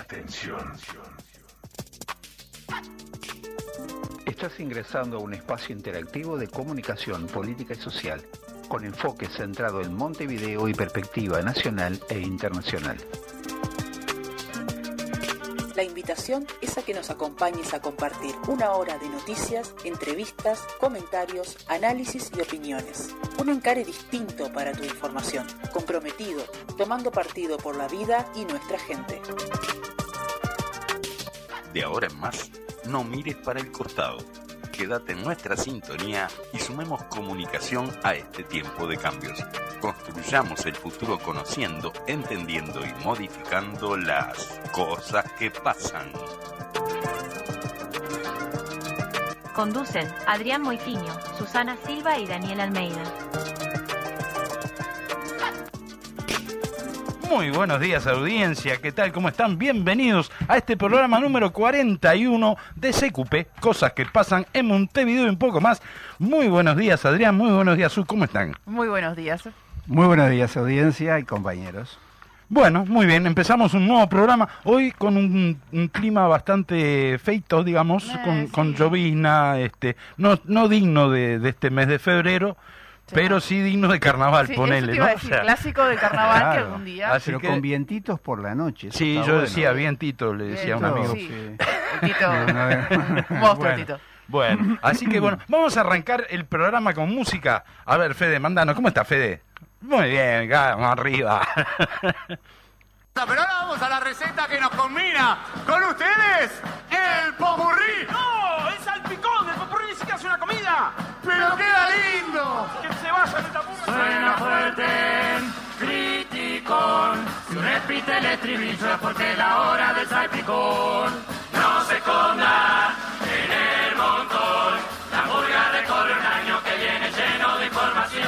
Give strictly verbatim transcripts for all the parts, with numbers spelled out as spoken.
Atención. Estás ingresando a un espacio interactivo de comunicación política y social, con enfoque centrado en Montevideo y perspectiva nacional e internacional. La invitación es a que nos acompañes a compartir una hora de noticias, entrevistas, comentarios, análisis y opiniones. Un encare distinto para tu información, comprometido, tomando partido por la vida y nuestra gente. De ahora en más, no mires para el costado. Quédate en nuestra sintonía y sumemos comunicación a este tiempo de cambios. Construyamos el futuro conociendo, entendiendo y modificando las cosas que pasan. Conducen Adrián Moitiño, Susana Silva y Daniel Almeida. Muy buenos días, audiencia, ¿qué tal? ¿Cómo están? Bienvenidos a este programa número cuarenta y uno de C Q P, cosas que pasan en Montevideo y un poco más. Muy buenos días, Adrián, muy buenos días, Sus, ¿cómo están? Muy buenos días. Muy buenos días, audiencia y compañeros. Bueno, muy bien, empezamos un nuevo programa, hoy con un, un clima bastante feito, digamos, eh, con, sí. con llovizna, este, no, no digno de, de este mes de febrero, sí, pero sí digno de carnaval, sí, ponele, eso te iba ¿no? a decir, O sea, claro, de carnaval claro, que algún día... Así pero que... con vientitos por la noche. Sí, yo bueno. decía vientito, le decía Viento, a un amigo. Sí, sí. El Tito, un monstruo, bueno. Tito. Bueno, así que bueno, vamos a arrancar el programa con música. A ver, Fede, mandanos, ¿cómo está, Fede? Muy bien, vamos arriba. Pero ahora vamos a la receta que nos combina con ustedes, el popurrí. ¡No! ¡El salpicón! ¡El popurrí ni siquiera es una comida! ¡Pero queda lindo! ¡Que se vaya de esta burra! Suena fuerte, criticón. Si repite el estribillo es porque es la hora del salpicón. No se esconda en el montón. La murga recorre un año que viene lleno de información.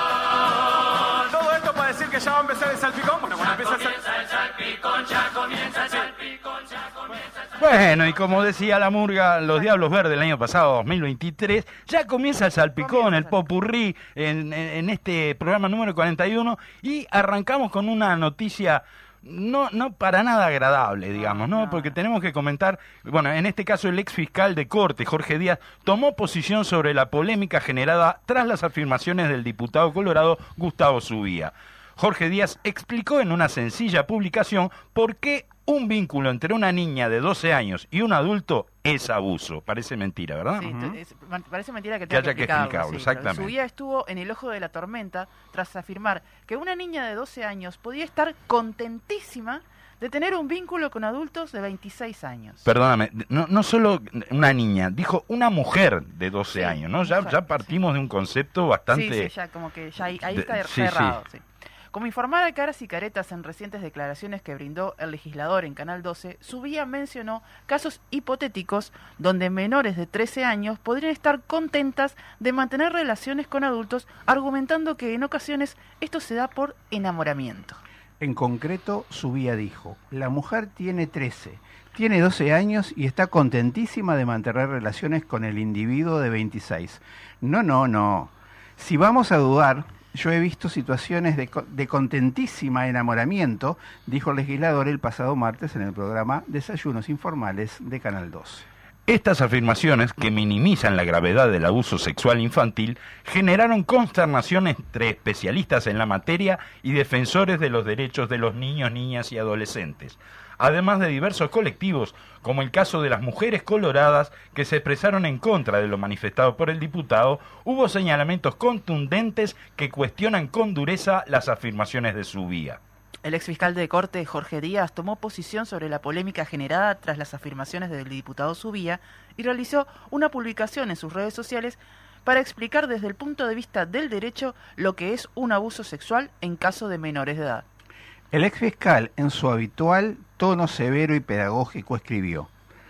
Todo esto para decir que ya va a empezar el salpicón. Bueno, cuando ya empieza comienza el salpicón, ya comienza el salpicón, ya comienza el salpicón. Bueno, y como decía la murga, los Diablos Verdes del año pasado, dos mil veintitrés, ya comienza el salpicón, el popurrí, en, en, en este programa número cuarenta y uno, y arrancamos con una noticia... No, no para nada agradable, digamos, ¿no? Porque tenemos que comentar, bueno, en este caso el ex fiscal de Corte, Jorge Díaz, tomó posición sobre la polémica generada tras las afirmaciones del diputado colorado Gustavo Zubia. Jorge Díaz explicó en una sencilla publicación por qué un vínculo entre una niña de doce años y un adulto es abuso. Parece mentira, ¿verdad? Sí, Uh-huh. es, parece mentira que que tenga haya que explicarlo, explicarlo sí, exactamente. Zubia estuvo en el ojo de la tormenta tras afirmar que una niña de doce años podía estar contentísima de tener un vínculo con adultos de veintiséis años. Perdóname, no, no solo una niña, dijo una mujer de doce sí, años, ¿no? Ya, mujer, ya partimos sí. de un concepto bastante... Sí, sí, ya como que ya ahí, ahí de, está sí, cerrado, sí. sí. Como informara Caras y Caretas en recientes declaraciones que brindó el legislador en Canal doce, Zubia mencionó casos hipotéticos donde menores de trece años podrían estar contentas de mantener relaciones con adultos, argumentando que en ocasiones esto se da por enamoramiento. En concreto, Zubia dijo, la mujer tiene trece, tiene doce años y está contentísima de mantener relaciones con el individuo de veintiséis. No, no, no. Si vamos a dudar... Yo he visto situaciones de, de contentísima enamoramiento, dijo el legislador el pasado martes en el programa Desayunos Informales de Canal doce. Estas afirmaciones, que minimizan la gravedad del abuso sexual infantil, generaron consternación entre especialistas en la materia y defensores de los derechos de los niños, niñas y adolescentes, además de diversos colectivos, como el caso de las mujeres coloradas que se expresaron en contra de lo manifestado por el diputado. Hubo señalamientos contundentes que cuestionan con dureza las afirmaciones de Zubia. El exfiscal de Corte, Jorge Díaz, tomó posición sobre la polémica generada tras las afirmaciones del diputado Zubia y realizó una publicación en sus redes sociales para explicar desde el punto de vista del derecho lo que es un abuso sexual en caso de menores de edad. El exfiscal, en su habitual tono severo y pedagógico, escribió: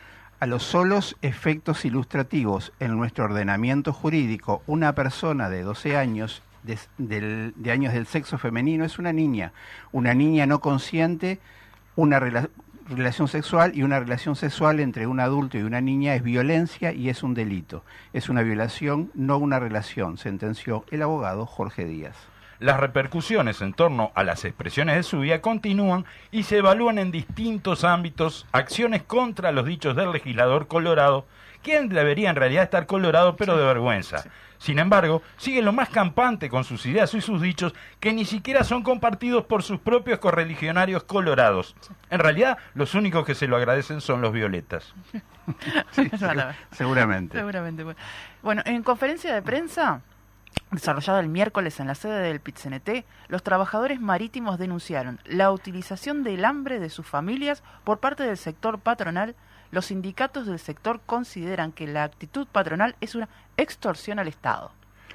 a los solos efectos ilustrativos en nuestro ordenamiento jurídico, una persona de doce años de, del, de años del sexo femenino es una niña, una niña no consciente, una rela, relación sexual y una relación sexual entre un adulto y una niña es violencia y es un delito. Es una violación, no una relación, sentenció el abogado Jorge Díaz. Las repercusiones en torno a las expresiones de Zubia continúan y se evalúan en distintos ámbitos acciones contra los dichos del legislador colorado, quien debería en realidad estar colorado pero de vergüenza. Sí. Sin embargo, sigue lo más campante con sus ideas y sus dichos que ni siquiera son compartidos por sus propios correligionarios colorados. En realidad, los únicos que se lo agradecen son los violetas. Sí, seguramente. Seguramente. Bueno, en conferencia de prensa desarrollada el miércoles en la sede del Pit-C N T, los trabajadores marítimos denunciaron la utilización del hambre de sus familias por parte del sector patronal. Los sindicatos del sector consideran que la actitud patronal es una extorsión al Estado.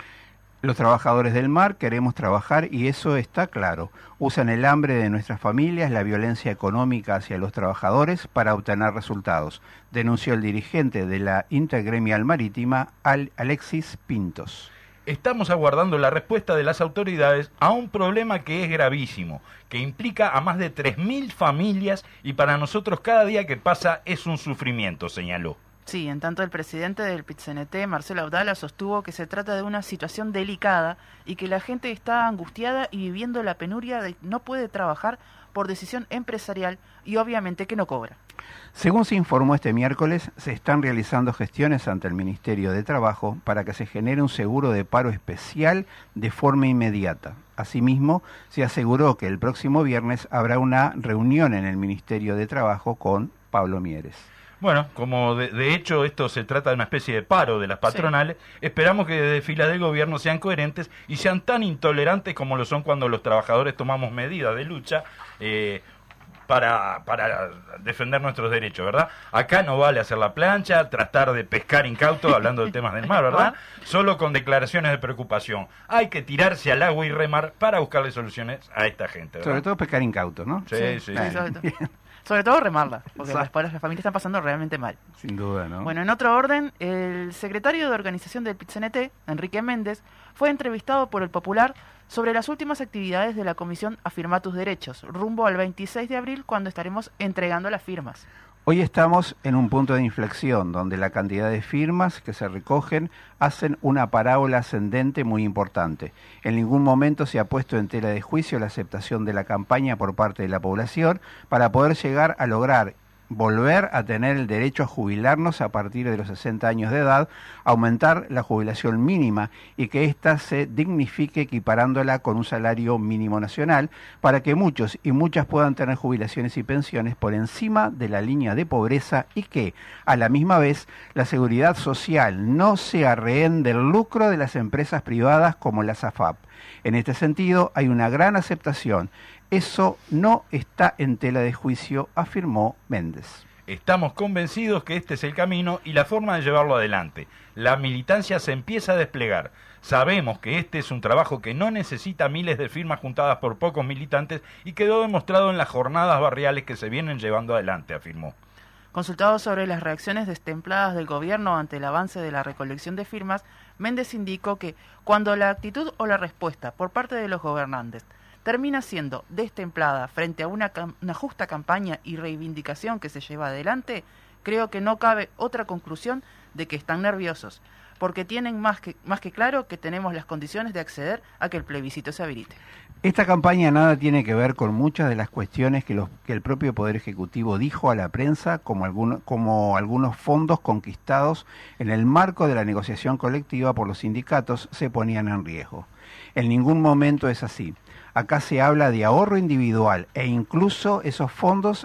Los trabajadores del mar queremos trabajar y eso está claro. Usan el hambre de nuestras familias, la violencia económica hacia los trabajadores para obtener resultados, denunció el dirigente de la Intergremial Marítima, Alexis Pintos. Estamos aguardando la respuesta de las autoridades a un problema que es gravísimo, que implica a más de tres mil familias y para nosotros cada día que pasa es un sufrimiento, señaló. Sí, en tanto el presidente del Pit-C N T, Marcelo Abdala, sostuvo que se trata de una situación delicada y que la gente está angustiada y viviendo la penuria de no puede trabajar por decisión empresarial y obviamente que no cobra. Según se informó este miércoles, se están realizando gestiones ante el Ministerio de Trabajo para que se genere un seguro de paro especial de forma inmediata. Asimismo, se aseguró que el próximo viernes habrá una reunión en el Ministerio de Trabajo con Pablo Mieres. Bueno, como de, de hecho esto se trata de una especie de paro de las patronales, sí. Esperamos que desde filas del gobierno sean coherentes y sean tan intolerantes como lo son cuando los trabajadores tomamos medidas de lucha eh, para, para defender nuestros derechos, ¿verdad? Acá no vale hacer la plancha, tratar de pescar incauto, hablando de temas del mar, ¿verdad? Solo con declaraciones de preocupación. Hay que tirarse al agua y remar para buscarle soluciones a esta gente, ¿verdad? Sobre todo pescar incauto, ¿no? Sí, sí. sí. sí sobre, todo. sobre todo remarla, porque las, las familias están pasando realmente mal. Sin duda, ¿no? Bueno, en otro orden, el secretario de organización del Pit-C N T, Enrique Méndez, fue entrevistado por El Popular sobre las últimas actividades de la Comisión Afirma Tus Derechos, rumbo al veintiséis de abril, cuando estaremos entregando las firmas. Hoy estamos en un punto de inflexión donde la cantidad de firmas que se recogen hacen una parábola ascendente muy importante. En ningún momento se ha puesto en tela de juicio la aceptación de la campaña por parte de la población para poder llegar a lograr volver a tener el derecho a jubilarnos a partir de los sesenta años de edad, aumentar la jubilación mínima y que ésta se dignifique equiparándola con un salario mínimo nacional para que muchos y muchas puedan tener jubilaciones y pensiones por encima de la línea de pobreza y que, a la misma vez, la seguridad social no sea rehén del lucro de las empresas privadas como la SAFAP. En este sentido, hay una gran aceptación. Eso no está en tela de juicio, afirmó Méndez. Estamos convencidos que este es el camino y la forma de llevarlo adelante. La militancia se empieza a desplegar. Sabemos que este es un trabajo que no necesita miles de firmas juntadas por pocos militantes y quedó demostrado en las jornadas barriales que se vienen llevando adelante, afirmó. Consultado sobre las reacciones destempladas del gobierno ante el avance de la recolección de firmas, Méndez indicó que cuando la actitud o la respuesta por parte de los gobernantes termina siendo destemplada frente a una, una justa campaña y reivindicación que se lleva adelante, creo que no cabe otra conclusión de que están nerviosos, porque tienen más que, más que claro que tenemos las condiciones de acceder a que el plebiscito se habilite. Esta campaña nada tiene que ver con muchas de las cuestiones que, los, que el propio Poder Ejecutivo dijo a la prensa, como, alguno, como algunos fondos conquistados en el marco de la negociación colectiva por los sindicatos se ponían en riesgo. En ningún momento es así. Acá se habla de ahorro individual e incluso esos fondos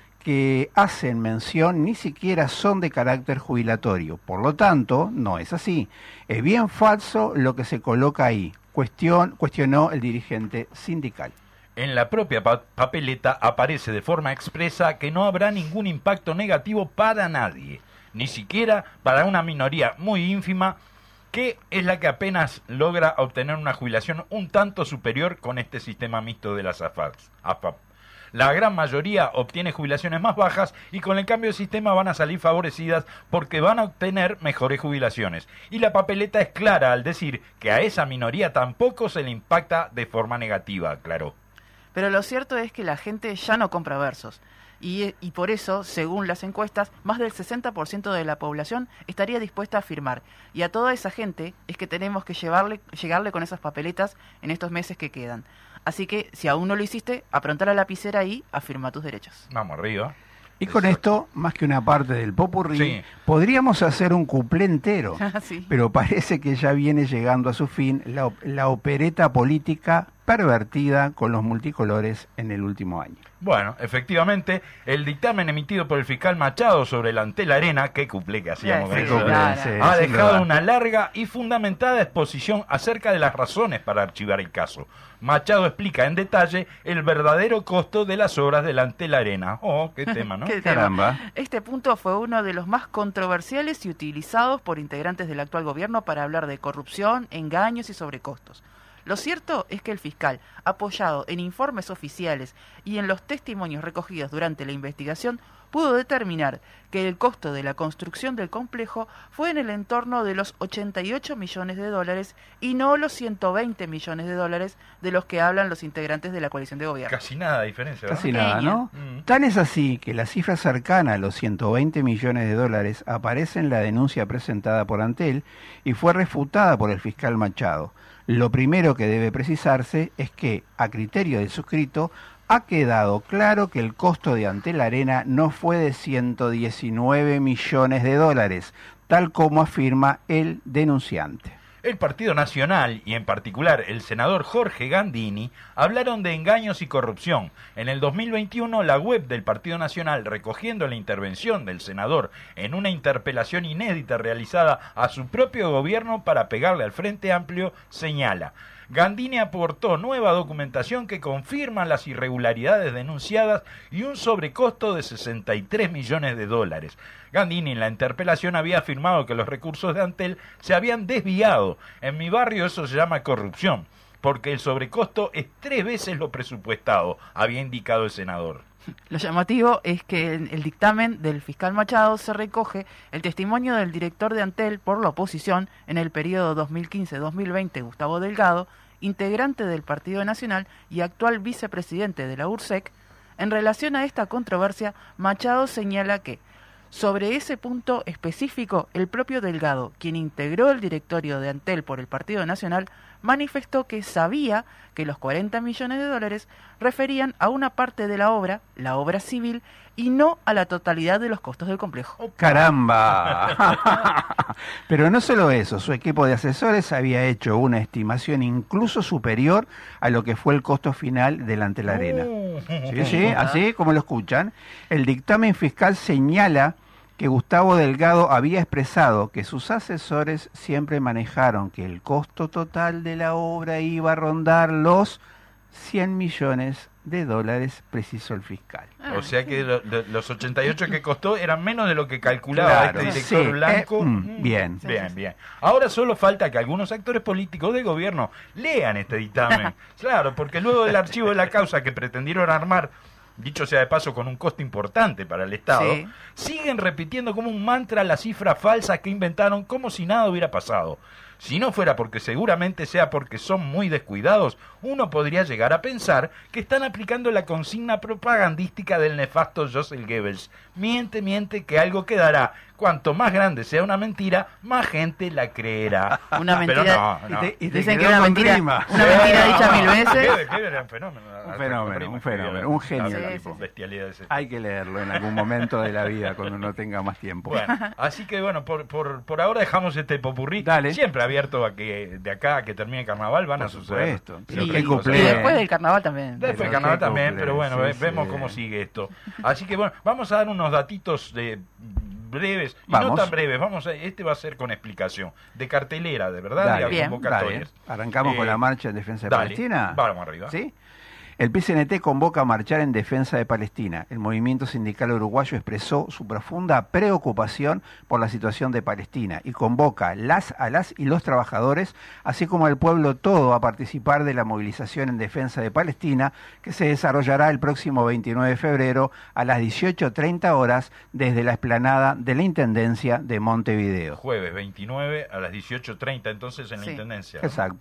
que hacen mención ni siquiera son de carácter jubilatorio. Por lo tanto, no es así. Es bien falso lo que se coloca ahí, Cuestión, cuestionó el dirigente sindical. En la propia pa- papeleta aparece de forma expresa que no habrá ningún impacto negativo para nadie, ni siquiera para una minoría muy ínfima que es la que apenas logra obtener una jubilación un tanto superior con este sistema mixto de las A F A P. La gran mayoría obtiene jubilaciones más bajas y con el cambio de sistema van a salir favorecidas porque van a obtener mejores jubilaciones. Y la papeleta es clara al decir que a esa minoría tampoco se le impacta de forma negativa, aclaró. Pero lo cierto es que la gente ya no compra versos. Y, y por eso, según las encuestas, más del sesenta por ciento de la población estaría dispuesta a firmar. Y a toda esa gente es que tenemos que llevarle, llegarle con esas papeletas en estos meses que quedan. Así que, si aún no lo hiciste, apronta la lapicera y afirma tus derechos. Vamos arriba. Y con esto, más que una parte del popurrí, Sí. podríamos hacer un cuplé entero, Sí. pero parece que ya viene llegando a su fin la, op- la opereta política pervertida con los multicolores en el último año. Bueno, efectivamente, el dictamen emitido por el fiscal Machado sobre el Antel Arena, qué cuplé que hacíamos con Sí, eso, cuplé, ¿eh? sí, ha sin dejado duda. una larga y fundamentada exposición acerca de las razones para archivar el caso. Machado explica en detalle el verdadero costo de las obras del Antel Arena. Oh, qué tema, ¿no? ¿Qué tema? Caramba. Este punto fue uno de los más controversiales y utilizados por integrantes del actual gobierno para hablar de corrupción, engaños y sobrecostos. Lo cierto es que el fiscal, apoyado en informes oficiales y en los testimonios recogidos durante la investigación, pudo determinar que el costo de la construcción del complejo fue en el entorno de los ochenta y ocho millones de dólares y no los ciento veinte millones de dólares de los que hablan los integrantes de la coalición de gobierno. Casi nada de diferencia, ¿verdad? Casi nada, ¿no? Mm. Tan es así que la cifra cercana a los ciento veinte millones de dólares aparece en la denuncia presentada por Antel y fue refutada por el fiscal Machado. Lo primero que debe precisarse es que, a criterio del suscrito, ha quedado claro que el costo de Antel Arena no fue de ciento diecinueve millones de dólares, tal como afirma el denunciante. El Partido Nacional, y en particular el senador Jorge Gandini, hablaron de engaños y corrupción. En el dos mil veintiuno, la web del Partido Nacional, recogiendo la intervención del senador en una interpelación inédita realizada a su propio gobierno para pegarle al Frente Amplio, señala: Gandini aportó nueva documentación que confirma las irregularidades denunciadas y un sobrecosto de sesenta y tres millones de dólares. Gandini en la interpelación había afirmado que los recursos de Antel se habían desviado. En mi barrio eso se llama corrupción, porque el sobrecosto es tres veces lo presupuestado, había indicado el senador. Lo llamativo es que en el dictamen del fiscal Machado se recoge el testimonio del director de Antel por la oposición en el periodo dos mil quince dos mil veinte, Gustavo Delgado, integrante del Partido Nacional y actual vicepresidente de la U R S E C. En relación a esta controversia, Machado señala que, sobre ese punto específico, el propio Delgado, quien integró el directorio de Antel por el Partido Nacional, manifestó que sabía que los cuarenta millones de dólares referían a una parte de la obra, la obra civil, y no a la totalidad de los costos del complejo. ¡Caramba! Pero no solo eso, su equipo de asesores había hecho una estimación incluso superior a lo que fue el costo final del Antel Arena. Sí, sí, así como lo escuchan. El dictamen fiscal señala que Gustavo Delgado había expresado que sus asesores siempre manejaron que el costo total de la obra iba a rondar los cien millones de dólares, precisó el fiscal. O sea que lo- lo- los ochenta y ocho que costó eran menos de lo que calculaba Claro, este director sí, blanco. eh, mm, bien. Bien, bien. Ahora solo falta que algunos actores políticos del gobierno lean este dictamen. Claro, porque luego del archivo de la causa que pretendieron armar, dicho sea de paso con un costo importante para el Estado, Sí. siguen repitiendo como un mantra la cifra falsa que inventaron como si nada hubiera pasado. Si no fuera porque seguramente sea porque son muy descuidados, uno podría llegar a pensar que están aplicando la consigna propagandística del nefasto Joseph Goebbels. Miente, miente, que algo quedará. Cuanto más grande sea una mentira, más gente la creerá. Una Pero mentira- no, Y no. te- y te Dicen que quedó una con mentira, rima. una mentira dicha mil veces. Goebbels- Goebbels era un fenómeno. Un fenómeno, un fenómeno, un genio el Sí, tipo. bestialidades. Hay que leerlo en algún momento de la vida cuando uno tenga más tiempo. Bueno, así que bueno, por, por, por ahora dejamos este popurrí. Dale. Siempre abierto a que de acá a que termine el carnaval van Por a suceder. supuesto. Sí, Pero Y, qué cosas. cuplé. y después del carnaval también. Después Pero del carnaval qué también, cuplé, pero bueno, sí, ve- sí. vemos cómo sigue esto. Así que bueno, vamos a dar unos datitos de breves, y no Vamos. tan breves, vamos a, este va a ser con explicación, de cartelera, de verdad, Dale, de Bien. convocatorias. Dale. Arrancamos Eh, con la marcha en defensa de dale, Palestina. vamos arriba. ¿Sí? El P C N T convoca a marchar en defensa de Palestina. El movimiento sindical uruguayo expresó su profunda preocupación por la situación de Palestina y convoca las, a las y los trabajadores, así como al pueblo todo, a participar de la movilización en defensa de Palestina, que se desarrollará el próximo veintinueve de febrero a las dieciocho treinta horas desde la explanada de la Intendencia de Montevideo. Jueves veintinueve a las dieciocho treinta, entonces en la Sí. Intendencia. ¿no? Exacto.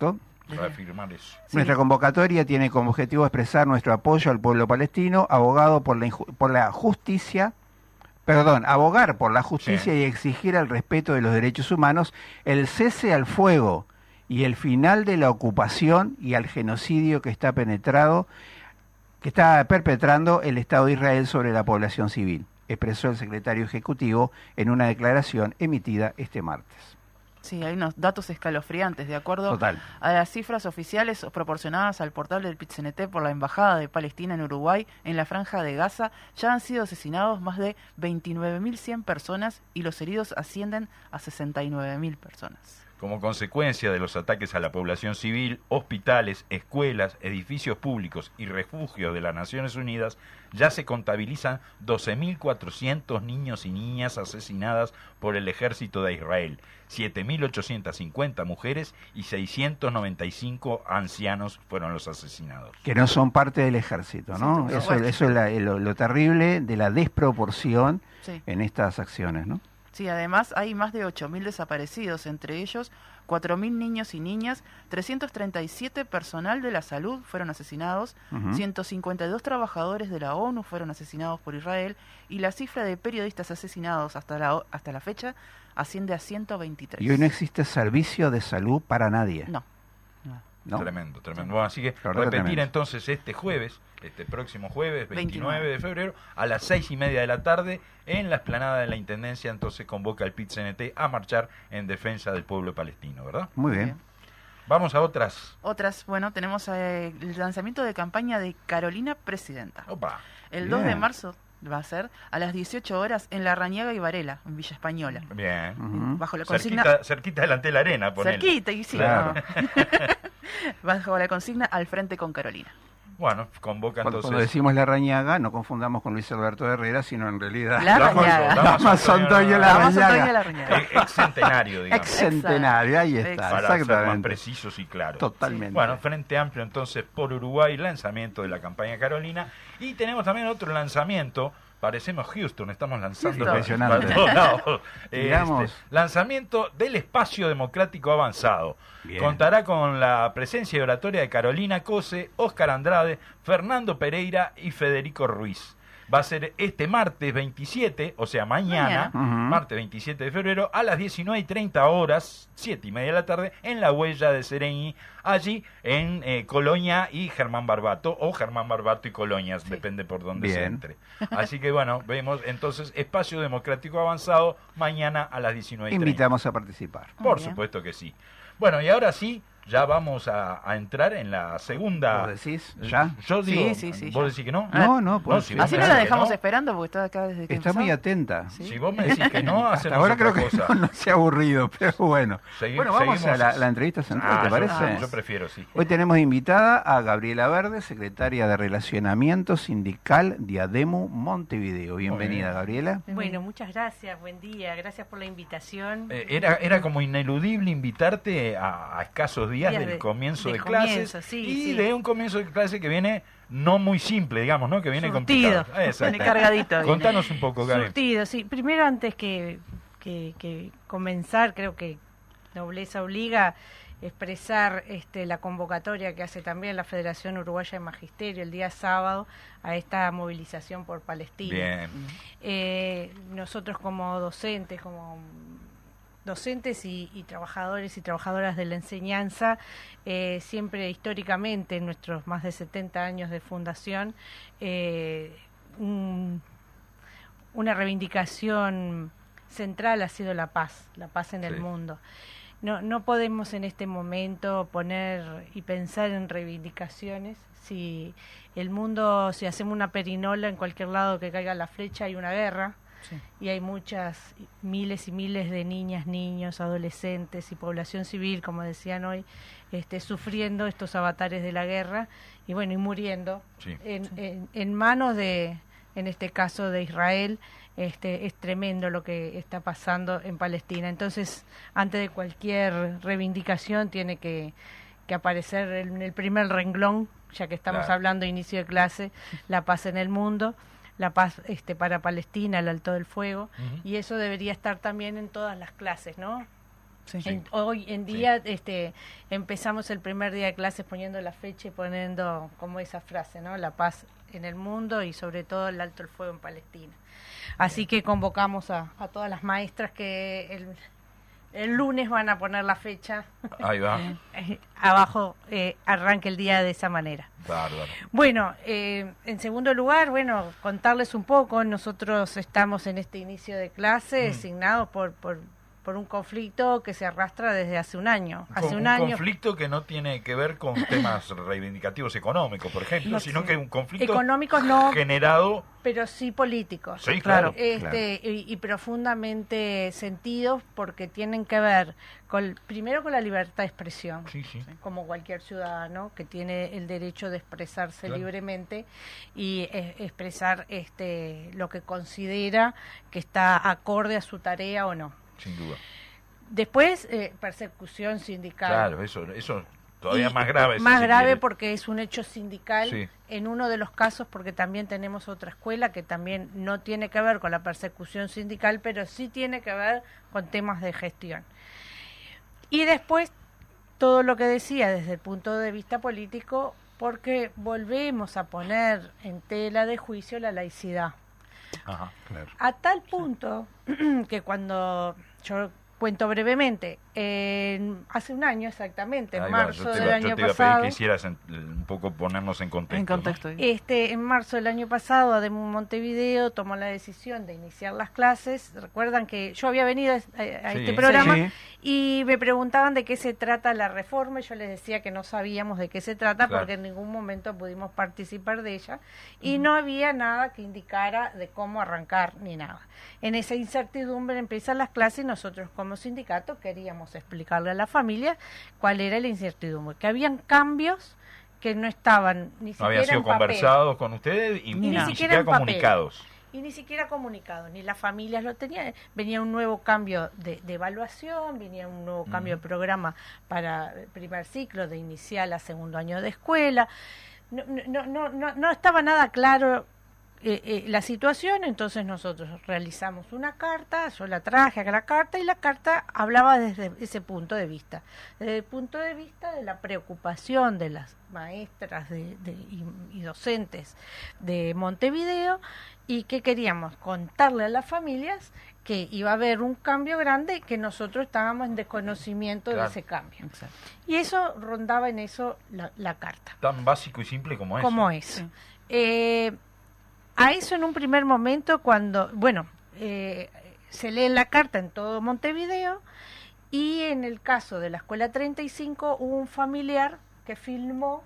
reafirmar eso. Sí. Nuestra convocatoria tiene como objetivo expresar nuestro apoyo al pueblo palestino, abogado por la, por la justicia, perdón, abogar por la justicia sí. y exigir el respeto de los derechos humanos, el cese al fuego y el final de la ocupación y al genocidio que está penetrado, que está perpetrando el Estado de Israel sobre la población civil, expresó el secretario ejecutivo en una declaración emitida este martes. Sí, hay unos datos escalofriantes. De acuerdo Total. a las cifras oficiales proporcionadas al portal del P I T C N T por la Embajada de Palestina en Uruguay, en la Franja de Gaza, ya han sido asesinados más de veintinueve mil cien personas y los heridos ascienden a sesenta y nueve mil personas. Como consecuencia de los ataques a la población civil, hospitales, escuelas, edificios públicos y refugios de las Naciones Unidas, ya se contabilizan doce mil cuatrocientos niños y niñas asesinadas por el ejército de Israel, siete mil ochocientas cincuenta mujeres y seiscientos noventa y cinco ancianos fueron los asesinados. Que no son parte del ejército, ¿no? Sí, eso, eso es la, lo, lo terrible de la desproporción sí. en estas acciones, ¿no? Sí, además hay más de ocho mil desaparecidos, entre ellos cuatro mil niños y niñas, trescientos treinta y siete personal de la salud fueron asesinados, uh-huh. ciento cincuenta y dos trabajadores de la ONU fueron asesinados por Israel y la cifra de periodistas asesinados hasta la, hasta la fecha asciende a ciento veintitrés. Y hoy no existe servicio de salud para nadie. No. ¿No? Tremendo, tremendo. Bueno, así que repetir tremendo. Entonces este jueves, este próximo jueves, veintinueve, veintinueve de febrero, a las seis y media de la tarde, en la explanada de la Intendencia, entonces convoca al P I T C N T a marchar en defensa del pueblo palestino, ¿verdad? Muy bien. bien. Vamos a otras. Otras, bueno, tenemos eh, el lanzamiento de campaña de Carolina Presidenta. Opa. El bien. dos de marzo va a ser a las dieciocho horas en La Rañaga y Varela, en Villa Española. Bien. Uh-huh. Bajo la consigna... Cerquita, cerquita delante de la arena, ponele. Cerquita, y sí. Claro. No. Bajo la consigna Al Frente con Carolina. Bueno, convoca cuando, entonces... Cuando decimos La Rañaga, no confundamos con Luis Alberto Herrera, sino en realidad... La Rañaga. Damaso Antonio La Rañaga. Ex centenario, digamos. Ex centenario, ahí está. Para exactamente. ser más precisos y claros. Totalmente. Sí. Bueno, Frente Amplio entonces por Uruguay, lanzamiento de la campaña Carolina. Y tenemos también otro lanzamiento... Parecemos Houston, estamos lanzando para todos lados. Este, lanzamiento del Espacio Democrático Avanzado. Bien. Contará con la presencia y oratoria de Carolina Cose, Óscar Andrade, Fernando Pereira y Federico Ruiz. Va a ser este martes veintisiete, o sea mañana, mañana. Uh-huh. martes veintisiete de febrero, a las diecinueve y treinta horas, siete y media de la tarde, en la Huella de Sereñi, allí en eh, Colonia y Germán Barbato, o Germán Barbato y Coloñas, sí. depende por dónde Bien. se entre. Así que bueno, vemos entonces Espacio Democrático Avanzado, mañana a las diecinueve y treinta. Invitamos a participar. Por supuesto que sí. Bueno, y ahora sí, ya vamos a, a entrar en la segunda... ¿Vos decís? ¿Ya? Yo digo, sí, sí, sí, ¿vos ya. decís que no? No, no, pues, no si así no la dejamos no, esperando porque está acá desde que Está empezó. muy atenta. ¿Sí? Si vos me decís que no, hasta hacemos ahora otra creo cosa. que no, no se ha aburrido, pero bueno. Segui bueno, vamos seguimos... a la, la entrevista central, ah, ¿te parece? Yo, yo prefiero, sí. Hoy tenemos invitada a Gabriela Verde, secretaria de Relacionamiento Sindical Diademu Montevideo. Bienvenida, Gabriela. Bueno, muchas gracias, buen día, gracias por la invitación. Eh, era, era como ineludible invitarte a, a escasos días, días del de, comienzo de, de clases comienzo, sí, y sí. de un comienzo de clase que viene no muy simple, digamos, ¿no? Que viene Surtido. complicado. Viene cargadito. Contanos un poco, Gabriela. Surtido, sí. Primero, antes que, que, que comenzar, creo que nobleza obliga expresar este, la convocatoria que hace también la Federación Uruguaya de Magisterio el día sábado a esta movilización por Palestina. Bien. Eh, nosotros como docentes, como docentes y, y trabajadores y trabajadoras de la enseñanza, eh, siempre históricamente en nuestros más de setenta años de fundación, eh, un, una reivindicación central ha sido la paz, la paz en sí. el mundo. No, no podemos en este momento poner y pensar en reivindicaciones. Si el mundo, si hacemos una perinola en cualquier lado que caiga la flecha, hay una guerra. Sí. Y hay muchas, miles y miles de niñas, niños, adolescentes y población civil, como decían hoy, este, sufriendo estos avatares de la guerra y bueno, y muriendo sí. En, en, en manos de, en este caso de Israel. Este, es tremendo lo que está pasando en Palestina. Entonces, antes de cualquier reivindicación tiene que, que aparecer en el primer renglón, ya que estamos claro. hablando de inicio de clase, la paz en el mundo, la paz este, para Palestina, el alto del fuego, uh-huh. y eso debería estar también en todas las clases, ¿no? Sí. En- hoy en día este, empezamos el primer día de clases poniendo la fecha y poniendo como esa frase, ¿no? La paz en el mundo y sobre todo el alto el fuego en Palestina. Así que convocamos a, a todas las maestras que el, el lunes van a poner la fecha. Ahí va. Eh, abajo eh, arranque el día de esa manera. Bárbaro. Bueno, eh, en segundo lugar, bueno, contarles un poco, nosotros estamos en este inicio de clase Mm. designados por, por, por un conflicto que se arrastra desde hace un año. Hace Con un, un año conflicto que no tiene que ver con temas reivindicativos económicos, por ejemplo, No, sino sí. que es un conflicto económicos no, generado. pero sí políticos. Sí, claro. Este, y, y profundamente sentidos porque tienen que ver con, primero con la libertad de expresión, Sí, sí. como cualquier ciudadano que tiene el derecho de expresarse Claro. libremente y eh, expresar este lo que considera que está acorde a su tarea o no. Sin duda. Después, eh, persecución sindical. Claro, eso, eso todavía Y más grave. Más si grave quiere. porque es un hecho sindical. Sí. En uno de los casos, porque también tenemos otra escuela que también no tiene que ver con la persecución sindical, pero sí tiene que ver con temas de gestión. Y después, todo lo que decía desde el punto de vista político, porque volvemos a poner en tela de juicio la laicidad. Ajá, claro. A tal punto que cuando yo cuento brevemente, en- hace un año exactamente, en Ahí va, marzo yo te del iba, yo año te iba a pasado, pedir que hicieras en- un poco ponernos en contexto. En contexto. ¿no? este, en marzo del año pasado, Ademo Montevideo tomó la decisión de iniciar las clases. Recuerdan que yo había venido a, a Sí. este programa Sí. y me preguntaban de qué se trata la reforma y yo les decía que no sabíamos de qué se trata Claro. porque en ningún momento pudimos participar de ella y no había nada que indicara de cómo arrancar ni nada. En esa incertidumbre empiezan las clases y nosotros como sindicato queríamos explicarle a la familia cuál era la incertidumbre, que habían cambios que no estaban ni No siquiera habían sido en papel. conversados con ustedes y Ni ni, siquiera siquiera en papel. comunicados. Y ni siquiera comunicado, ni las familias lo tenían. Venía un nuevo cambio de, de evaluación, venía un nuevo cambio de programa para el primer ciclo, de inicial a segundo año de escuela. No, no, no, no, no estaba nada claro eh, eh, la situación, entonces nosotros realizamos una carta, yo la traje a la carta y la carta hablaba desde ese punto de vista, desde el punto de vista de la preocupación de las maestras de, de- y, y docentes de Montevideo y que queríamos contarle a las familias que iba a haber un cambio grande y que nosotros estábamos en desconocimiento Claro. de ese cambio. Exacto. Y eso rondaba en eso la, la carta. Tan básico y simple como eso. Como es. Sí. Eh, a eso en un primer momento cuando, bueno, eh, se lee la carta en todo Montevideo y en el caso de la Escuela treinta y cinco hubo un familiar que filmó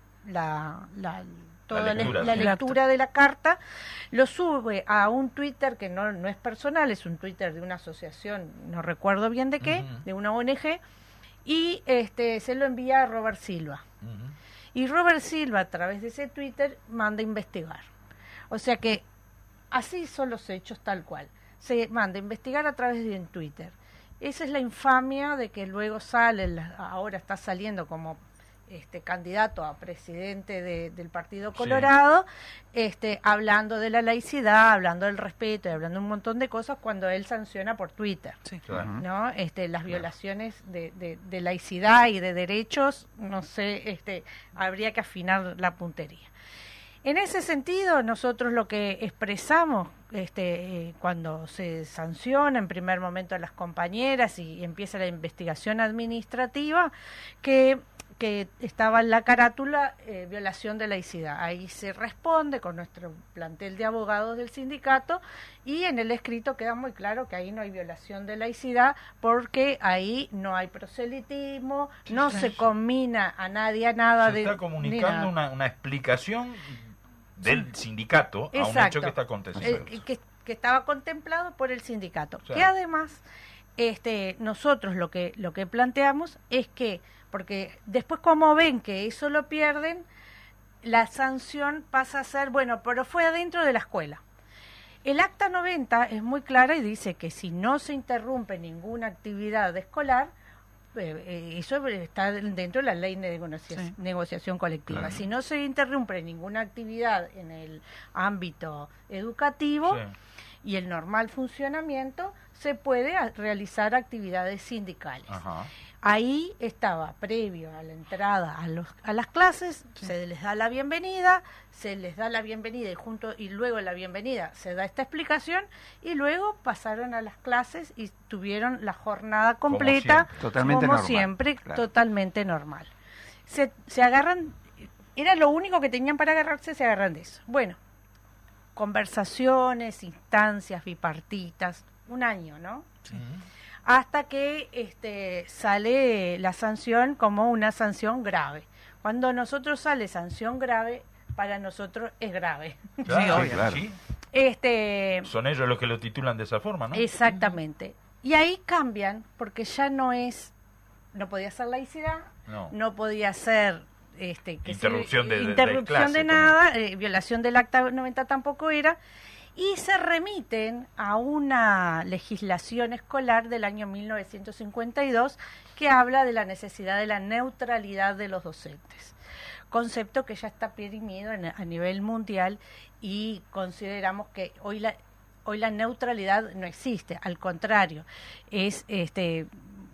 la, la, toda la lectura, la sí. lectura de la carta, lo sube a un Twitter que no, no es personal, es un Twitter de una asociación, no recuerdo bien de qué, Ujú. de una O N G, y este se lo envía a Robert Silva. Ujú. Y Robert Silva, a través de ese Twitter, manda a investigar. O sea que así son los hechos tal cual. Se manda a investigar a través de un Twitter. Esa es la infamia de que luego sale, la- ahora está saliendo como este candidato a presidente de- del Partido Sí. Colorado, este, hablando de la laicidad, hablando del respeto y hablando un montón de cosas cuando él sanciona por Twitter. Sí. Claro. ¿No? Este, las violaciones de, de, de laicidad y de derechos, no sé, este, habría que afinar la puntería. En ese sentido, nosotros lo que expresamos este, eh, cuando se sanciona en primer momento a las compañeras y, y empieza la investigación administrativa, que que estaba en la carátula eh, violación de laicidad. Ahí se responde con nuestro plantel de abogados del sindicato y en el escrito queda muy claro que ahí no hay violación de laicidad porque ahí no hay proselitismo, no se combina a nadie a nada Se de está ni comunicando nada. una, una explicación del sindicato a un Exacto. hecho que está aconteciendo. Eh, que, que estaba contemplado por el sindicato. Claro. Que además, este, nosotros lo que lo que planteamos es que, porque después como ven que eso lo pierden, la sanción pasa a ser, bueno, pero fue adentro de la escuela. El acta noventa es muy clara y dice que si no se interrumpe ninguna actividad escolar, eh, eh, eso está dentro de la ley de negocia- Sí. negociación colectiva. Claro. Si no se interrumpe ninguna actividad en el ámbito educativo Sí. y el normal funcionamiento, se puede a- realizar actividades sindicales. Ajá. Ahí estaba, previo a la entrada a, los, a las clases, sí. se les da la bienvenida, se les da la bienvenida y junto y luego la bienvenida se da esta explicación y luego pasaron a las clases y tuvieron la jornada completa, como siempre, totalmente como normal, siempre claro. totalmente normal. Se, se agarran, era lo único que tenían para agarrarse, se agarran de eso. Bueno, conversaciones, instancias bipartitas, un año, ¿no? Sí. Hasta que este, sale la sanción como una sanción grave. Cuando nosotros sale sanción grave, para nosotros es grave. Claro, sí, claro. Sí. Este, Son ellos los que lo titulan de esa forma, ¿no? Exactamente. Y ahí cambian, porque ya no es, no podía ser laicidad, no, no podía ser este, que interrupción, se, de, de, interrupción de, de nada, eh, violación del acta noventa tampoco era. Y se remiten a una legislación escolar del año mil novecientos cincuenta y dos que habla de la necesidad de la neutralidad de los docentes, concepto que ya está perimido en, a nivel mundial y consideramos que hoy la hoy la neutralidad no existe, al contrario, es este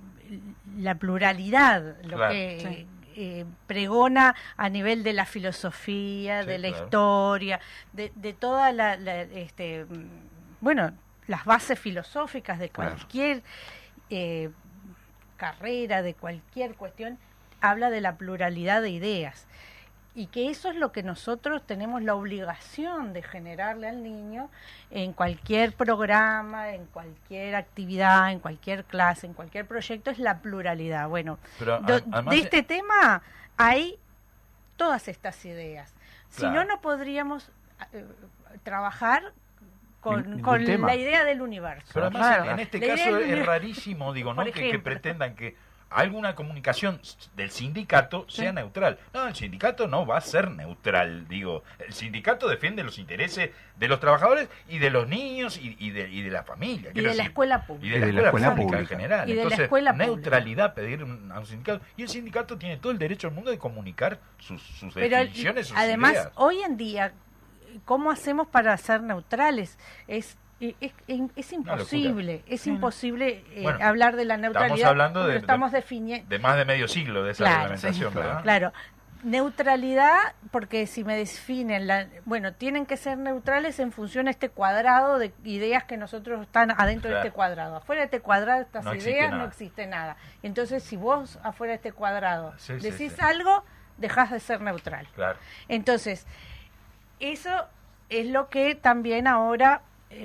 la pluralidad lo claro, que sí. Eh, pregona a nivel de la filosofía, sí, de la claro. historia, de, de toda la, la este, bueno, las bases filosóficas de cualquier claro. eh, carrera, de cualquier cuestión, habla de la pluralidad de ideas. Y que eso es lo que nosotros tenemos la obligación de generarle al niño en cualquier programa, en cualquier actividad, en cualquier clase, en cualquier proyecto, es la pluralidad. Bueno, Pero, do, además, de este tema hay todas estas ideas. Claro. Si no, no podríamos eh, trabajar con, con la idea del universo. Pero además, claro. en este la caso es rarísimo, digo, ¿no? Que, que pretendan que alguna comunicación del sindicato sea sí. neutral. No, el sindicato no va a ser neutral, digo. El sindicato defiende los intereses de los trabajadores y de los niños y, y, de, y de la familia. Y de la decir, escuela pública. Y de la, y de la escuela, escuela pública, pública en general. Y de Entonces, la escuela neutralidad pública. Pedir un, a un sindicato. Y el sindicato tiene todo el derecho del mundo de comunicar sus, sus Pero definiciones, sus además, ideas. hoy en día, ¿cómo hacemos para ser neutrales? Es Es, es, es imposible, es sí, imposible eh, bueno, hablar de la neutralidad. Estamos hablando de, estamos de, definiendo de más de medio siglo de esa claro, reglamentación, sí, ¿verdad? Claro, neutralidad, porque si me definen, la, bueno, tienen que ser neutrales en función a este cuadrado de ideas que nosotros están adentro claro. de este cuadrado. Afuera de este cuadrado, estas no ideas, no existe nada. Entonces, si vos afuera de este cuadrado sí, decís sí, sí. algo, dejás de ser neutral. Claro. Entonces, eso es lo que también ahora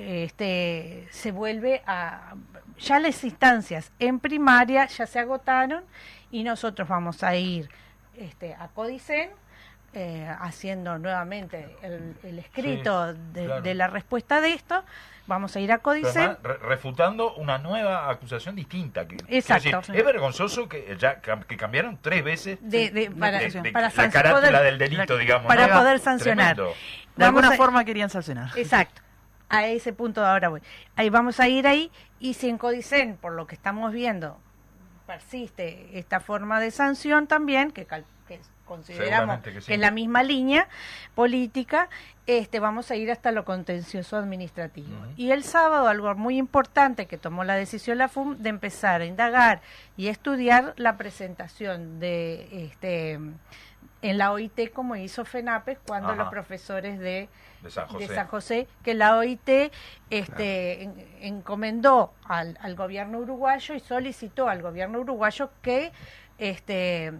este se vuelve a ya las instancias en primaria ya se agotaron y nosotros vamos a ir este a Codicen eh, haciendo nuevamente el, el escrito sí, de, claro. de la respuesta de esto, vamos a ir a Codicen re refutando una nueva acusación distinta que, exacto decir, es vergonzoso que ya que cambiaron tres veces de, de, para, de, de, para la carátula poder, del delito la, digamos para ¿no? poder sancionar. Tremendo. De alguna a, forma querían sancionar. Exacto. A ese punto ahora voy. Ahí vamos a ir ahí y si en Codicen, por lo que estamos viendo, persiste esta forma de sanción también, que, que consideramos que, sí. que es la misma línea política, este vamos a ir hasta lo contencioso administrativo. Uh-huh. Y el sábado, algo muy importante que tomó la decisión la F U M de empezar a indagar y estudiar la presentación de este en la O I T como hizo FENAPES cuando Ajá. los profesores de, de, San José. de San José, que la O I T este, claro. en, encomendó al, al gobierno uruguayo y solicitó al gobierno uruguayo que este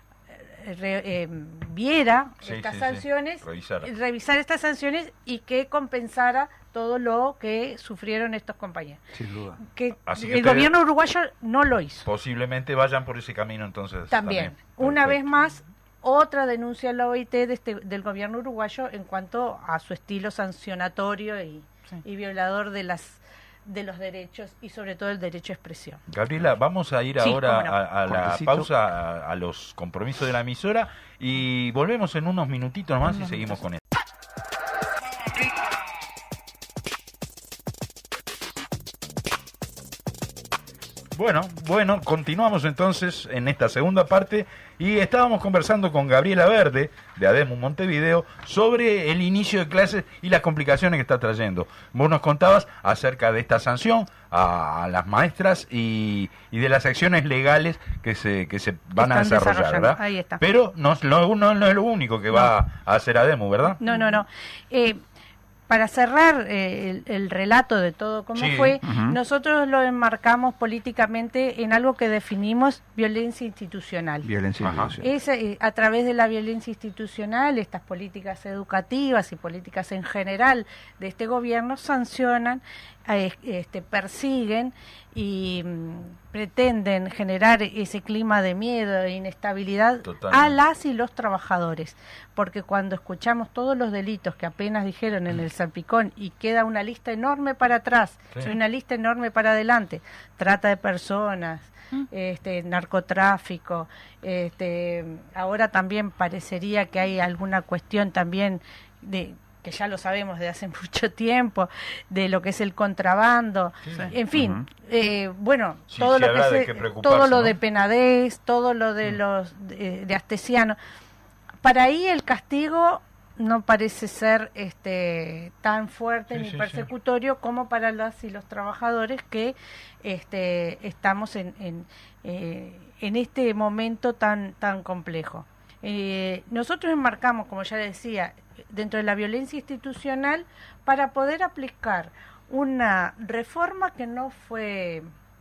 re, eh, viera sí, estas sí, sanciones, sí. Revisar. revisar estas sanciones y que compensara todo lo que sufrieron estos compañeros. Sin duda. Que, Así que el gobierno uruguayo no lo hizo. Posiblemente vayan por ese camino entonces. También, también. una vez más, otra denuncia a la O I T de este, del gobierno uruguayo en cuanto a su estilo sancionatorio y, sí. y violador de las de los derechos y sobre todo el derecho a expresión. Gabriela, vamos a ir sí, ahora no. a, a la Cortecito. pausa, a, a los compromisos de la emisora y volvemos en unos minutitos más unos y seguimos minutos. con esto. Bueno, bueno, continuamos entonces en esta segunda parte y estábamos conversando con Gabriela Verde de ADEMU Montevideo sobre el inicio de clases y las complicaciones que está trayendo. Vos nos contabas acerca de esta sanción a las maestras y, y de las acciones legales que se que se van a desarrollar, ¿verdad? Ahí está. Pero no, no, no, no es lo único que no. va a hacer ADEMU, ¿verdad? No, no, no. Eh, Para cerrar eh, el, el relato de todo cómo sí, fue, uh-huh. nosotros lo enmarcamos políticamente en algo que definimos violencia institucional. Violencia institucional. Es, eh, a través de la violencia institucional, estas políticas educativas y políticas en general de este gobierno sancionan, eh, este, persiguen y mm, pretenden generar ese clima de miedo e inestabilidad Totalmente. a las y los trabajadores, porque cuando escuchamos todos los delitos que apenas dijeron en el Salpicón y queda una lista enorme para atrás, sí. una lista enorme para adelante, trata de personas, este narcotráfico, este ahora también parecería que hay alguna cuestión también de que ya lo sabemos de hace mucho tiempo, de lo que es el contrabando, sí. en fin, uh-huh. eh, bueno, sí, todo lo que, se, que todo lo ¿no? de Penadez, todo lo de uh-huh. los de, de Astesiano, para ahí el castigo no parece ser este tan fuerte sí, ni sí, persecutorio sí. como para las y los trabajadores que este estamos en en, eh, en este momento tan tan complejo. Eh, nosotros enmarcamos, como ya decía, dentro de la violencia institucional para poder aplicar una reforma que no fue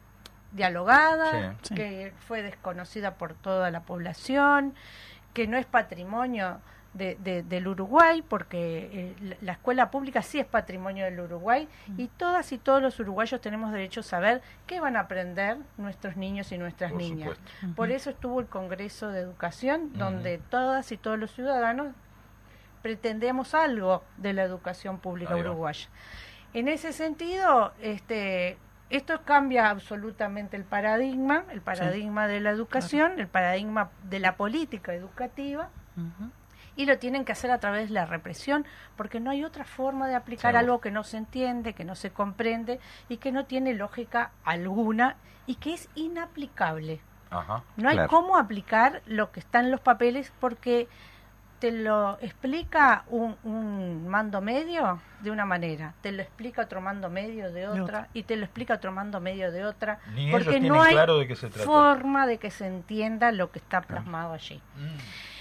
dialogada, sí, que sí. fue desconocida por toda la población, que no es patrimonio de, de, del Uruguay, porque eh, la escuela pública sí es patrimonio del Uruguay, mm. y todas y todos los uruguayos tenemos derecho a saber qué van a aprender nuestros niños y nuestras por niñas. Uh-huh. Por eso estuvo el Congreso de Educación, uh-huh. donde todas y todos los ciudadanos pretendemos algo de la educación pública uruguaya. En ese sentido, este, esto cambia absolutamente el paradigma, el paradigma sí. de la educación, claro. el paradigma de la política educativa, uh-huh. y lo tienen que hacer a través de la represión, porque no hay otra forma de aplicar sí. algo que no se entiende, que no se comprende y que no tiene lógica alguna y que es inaplicable. Ajá, no hay claro. cómo aplicar lo que está en los papeles porque te lo explica un, un mando medio de una manera, te lo explica otro mando medio de otra, no. y te lo explica otro mando medio de otra, Ni porque no hay claro de qué se trata. forma de que se entienda lo que está plasmado allí. Mm.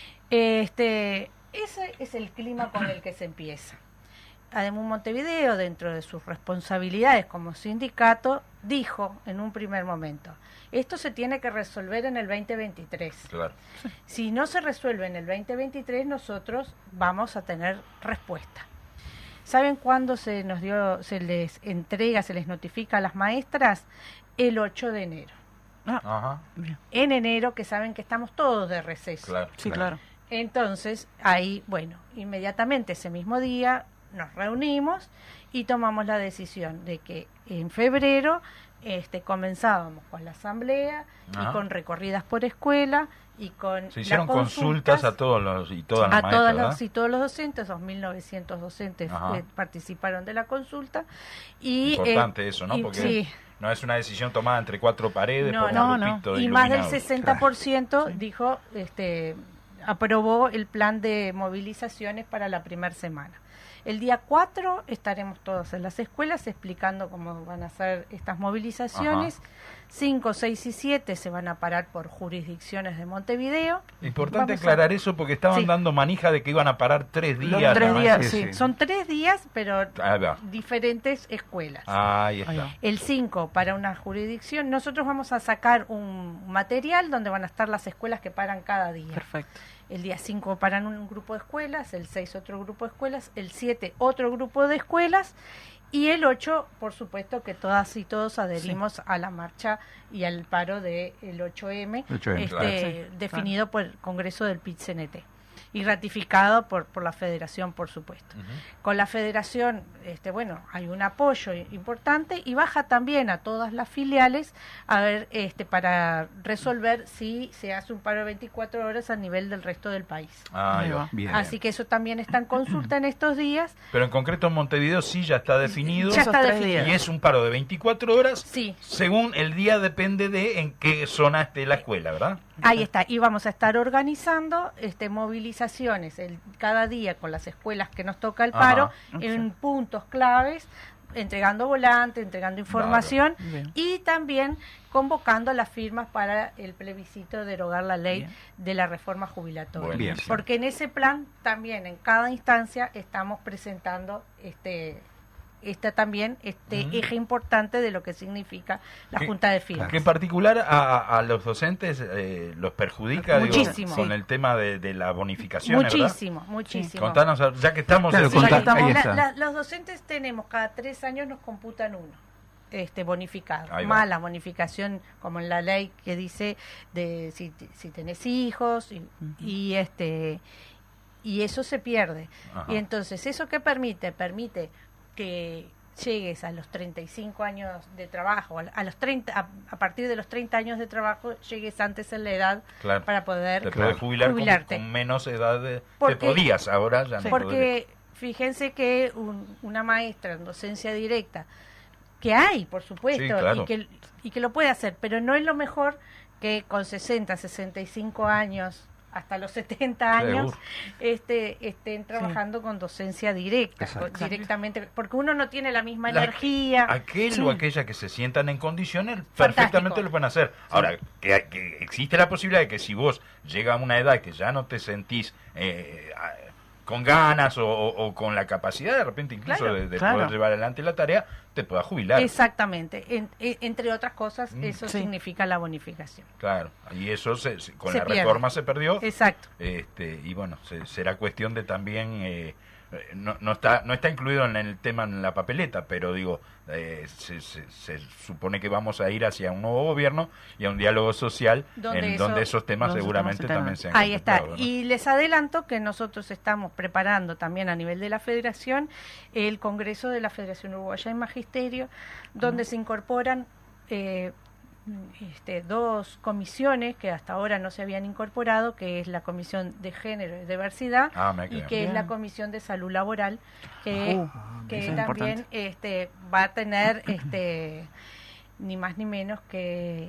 Este, ese es el clima con el que se empieza. ADEMU Montevideo, dentro de sus responsabilidades como sindicato, dijo en un primer momento, esto se tiene que resolver en el veinte veintitrés. Claro. Si no se resuelve en el veinte veintitrés, nosotros vamos a tener respuesta. ¿Saben cuándo se nos dio, se les entrega, se les notifica a las maestras? El ocho de enero. Ah, Ajá. En enero, que saben que estamos todos de receso. Claro, sí, claro. Entonces, ahí, bueno, inmediatamente ese mismo día nos reunimos y tomamos la decisión de que en febrero este comenzábamos con la asamblea Ajá. y con recorridas por escuela y con se hicieron consultas, consultas a todos los y todas las a maestras, todas las, y todos los docentes, dos mil novecientos docentes eh, participaron de la consulta y importante eh, eso, ¿no? Y, porque sí. no es una decisión tomada entre cuatro paredes no, por no, un grupito no. de y más del iluminados. sesenta por ciento sí. dijo este aprobó el plan de movilizaciones para la primera semana. El día cuatro estaremos todos en las escuelas explicando cómo van a ser estas movilizaciones. cinco, seis y siete se van a parar por jurisdicciones de Montevideo. Importante Vamos aclarar a... eso porque estaban sí. dando manija de que iban a parar tres días. Los tres ¿no? días, sí, sí. sí. Son tres días, pero diferentes escuelas. Ah, ahí está. El cinco para una jurisdicción. Nosotros vamos a sacar un material donde van a estar las escuelas que paran cada día. Perfecto. El día cinco paran un grupo de escuelas, el seis otro grupo de escuelas, el siete otro grupo de escuelas y el ocho, por supuesto que todas y todos adherimos sí. a la marcha y al paro del ocho eme, ocho eme este, claro. sí, definido claro. por el Congreso del P I T C N T. y ratificado por, por la federación, por supuesto. Uh-huh. Con la federación, este, bueno, hay un apoyo importante y baja también a todas las filiales a ver, este, para resolver si se hace un paro de veinticuatro horas a nivel del resto del país. Ah, bien. Así que eso también está en consulta en estos días. Pero en concreto en Montevideo sí ya está definido. Ya está definido. Y es un paro de veinticuatro horas. Sí. Según el día depende de en qué zona esté la escuela, ¿verdad? Ahí está. Y vamos a estar organizando este, movilizaciones el, cada día con las escuelas que nos toca el paro. Ajá. En puntos claves, entregando volantes, entregando información claro. Y también convocando las firmas para el plebiscito de derogar la ley Bien. De la reforma jubilatoria. Bien. Porque en ese plan también en cada instancia estamos presentando este está también este mm. eje importante de lo que significa la que, Junta de Firmas. Que en particular a, a los docentes eh, los perjudica muchísimo, digo, con sí. el tema de, de la bonificación, muchísimo, ¿verdad? muchísimo. Contanos, ya que estamos... Claro, así, contá, estamos la, la, los docentes tenemos, cada tres años nos computan uno. Este bonificado, más la bonificación como en la ley que dice de si, si tenés hijos y, uh-huh. y este y eso se pierde. Ajá. Y entonces, ¿eso qué permite? Permite que llegues a los treinta y cinco años de trabajo, a los treinta, a, a partir de los treinta años de trabajo, llegues antes en la edad claro. para poder te puedes jubilar jubilarte. Con, con menos edad de, porque, te podías, ahora ya no porque podrías. Fíjense que un, una maestra en docencia directa, que hay, por supuesto, sí, claro. y, que, y que lo puede hacer, pero no es lo mejor que con sesenta, sesenta y cinco años hasta los setenta años este, estén trabajando sí. con docencia directa, con, directamente, porque uno no tiene la misma la, energía. Aquel sí. o aquella que se sientan en condiciones, Fantástico. Perfectamente lo pueden hacer. Sí. Ahora, que, que existe la posibilidad de que si vos llegas a una edad que ya no te sentís eh, con ganas o, o, o con la capacidad de repente incluso claro, de, de claro. poder llevar adelante la tarea, te puedas jubilar. Exactamente. En, en, entre otras cosas, mm. eso sí. significa la bonificación. Claro, y eso se, se, con se la pierde. reforma se perdió. Exacto. Este, y bueno, se, será cuestión de también... Eh, no, no está no está incluido en el tema en la papeleta, pero digo, eh, se, se, se supone que vamos a ir hacia un nuevo gobierno y a un diálogo social donde en eso, donde esos temas seguramente también sean ahí está, ¿no? Y les adelanto que nosotros estamos preparando también a nivel de la Federación el Congreso de la Federación Uruguaya de Magisterio, donde uh-huh. se incorporan eh, Este, dos comisiones que hasta ahora no se habían incorporado, que es la Comisión de Género y Diversidad ah, y que Bien. Es la Comisión de Salud Laboral, que, uh, que también este, va a tener este, ni más ni menos que,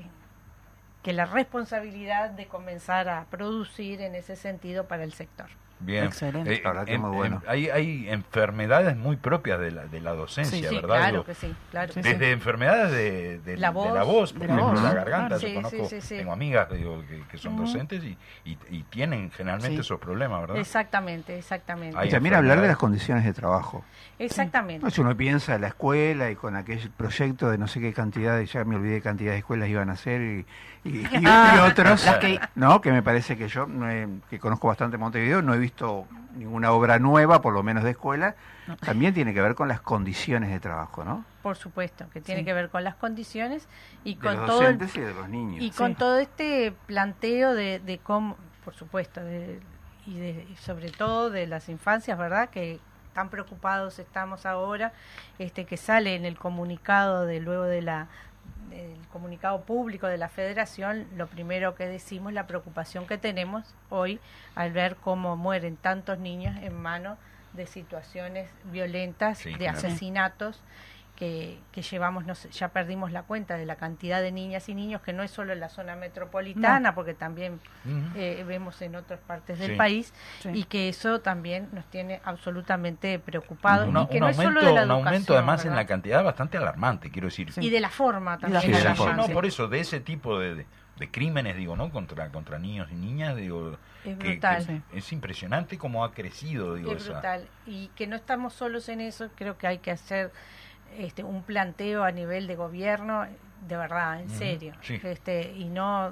que la responsabilidad de comenzar a producir en ese sentido para el sector. Bien, excelente. Eh, la que muy bueno. En, hay, hay enfermedades muy propias de la, de la docencia, sí, sí, ¿verdad? Claro Digo, que sí, claro. Desde sí. enfermedades de, de, la voz, de la voz, por de ejemplo, la, la garganta, claro. yo sí, conozco, sí, sí, sí. tengo amigas digo, que, que son uh-huh. docentes y, y, y tienen generalmente sí. esos problemas, ¿verdad? Exactamente, exactamente. Y también hablar de las condiciones de trabajo. Exactamente. Sí. Uno piensa en la escuela y con aquel proyecto de no sé qué cantidad, ya me olvidé qué cantidad de escuelas iban a hacer y, y, y, ah, y otros, que... ¿no? Que me parece que yo, no he, que conozco bastante Montevideo, no he visto ninguna obra nueva, por lo menos de escuela, no. También tiene que ver con las condiciones de trabajo, ¿no? Por supuesto, que tiene sí. que ver con las condiciones y de con los todo docentes y de los niños. Y sí. con todo este planteo de, de cómo, por supuesto, de, y, de, y sobre todo de las infancias, ¿verdad? Que tan preocupados estamos ahora, este que sale en el comunicado de luego de la el comunicado público de la Federación, lo primero que decimos, la preocupación que tenemos hoy al ver cómo mueren tantos niños en manos de situaciones violentas, sí, de claro. asesinatos, que, que llevamos, no sé, ya perdimos la cuenta de la cantidad de niñas y niños, que no es solo en la zona metropolitana, no. porque también uh-huh. eh, vemos en otras partes del sí. país, sí. y que eso también nos tiene absolutamente preocupados. Una, y que un, no aumento, es solo de la un aumento además ¿verdad? En la cantidad bastante alarmante, quiero decir. Sí. Y de la forma también. Sí, de la la forma. No, sí. por eso, de ese tipo de, de, de crímenes, digo, ¿no? Contra, contra niños y niñas, digo... Es que, brutal. Que es impresionante cómo ha crecido, digo, es esa... brutal. Y que no estamos solos en eso, creo que hay que hacer... Este, un planteo a nivel de gobierno, de verdad, en uh-huh, serio, sí. este, y no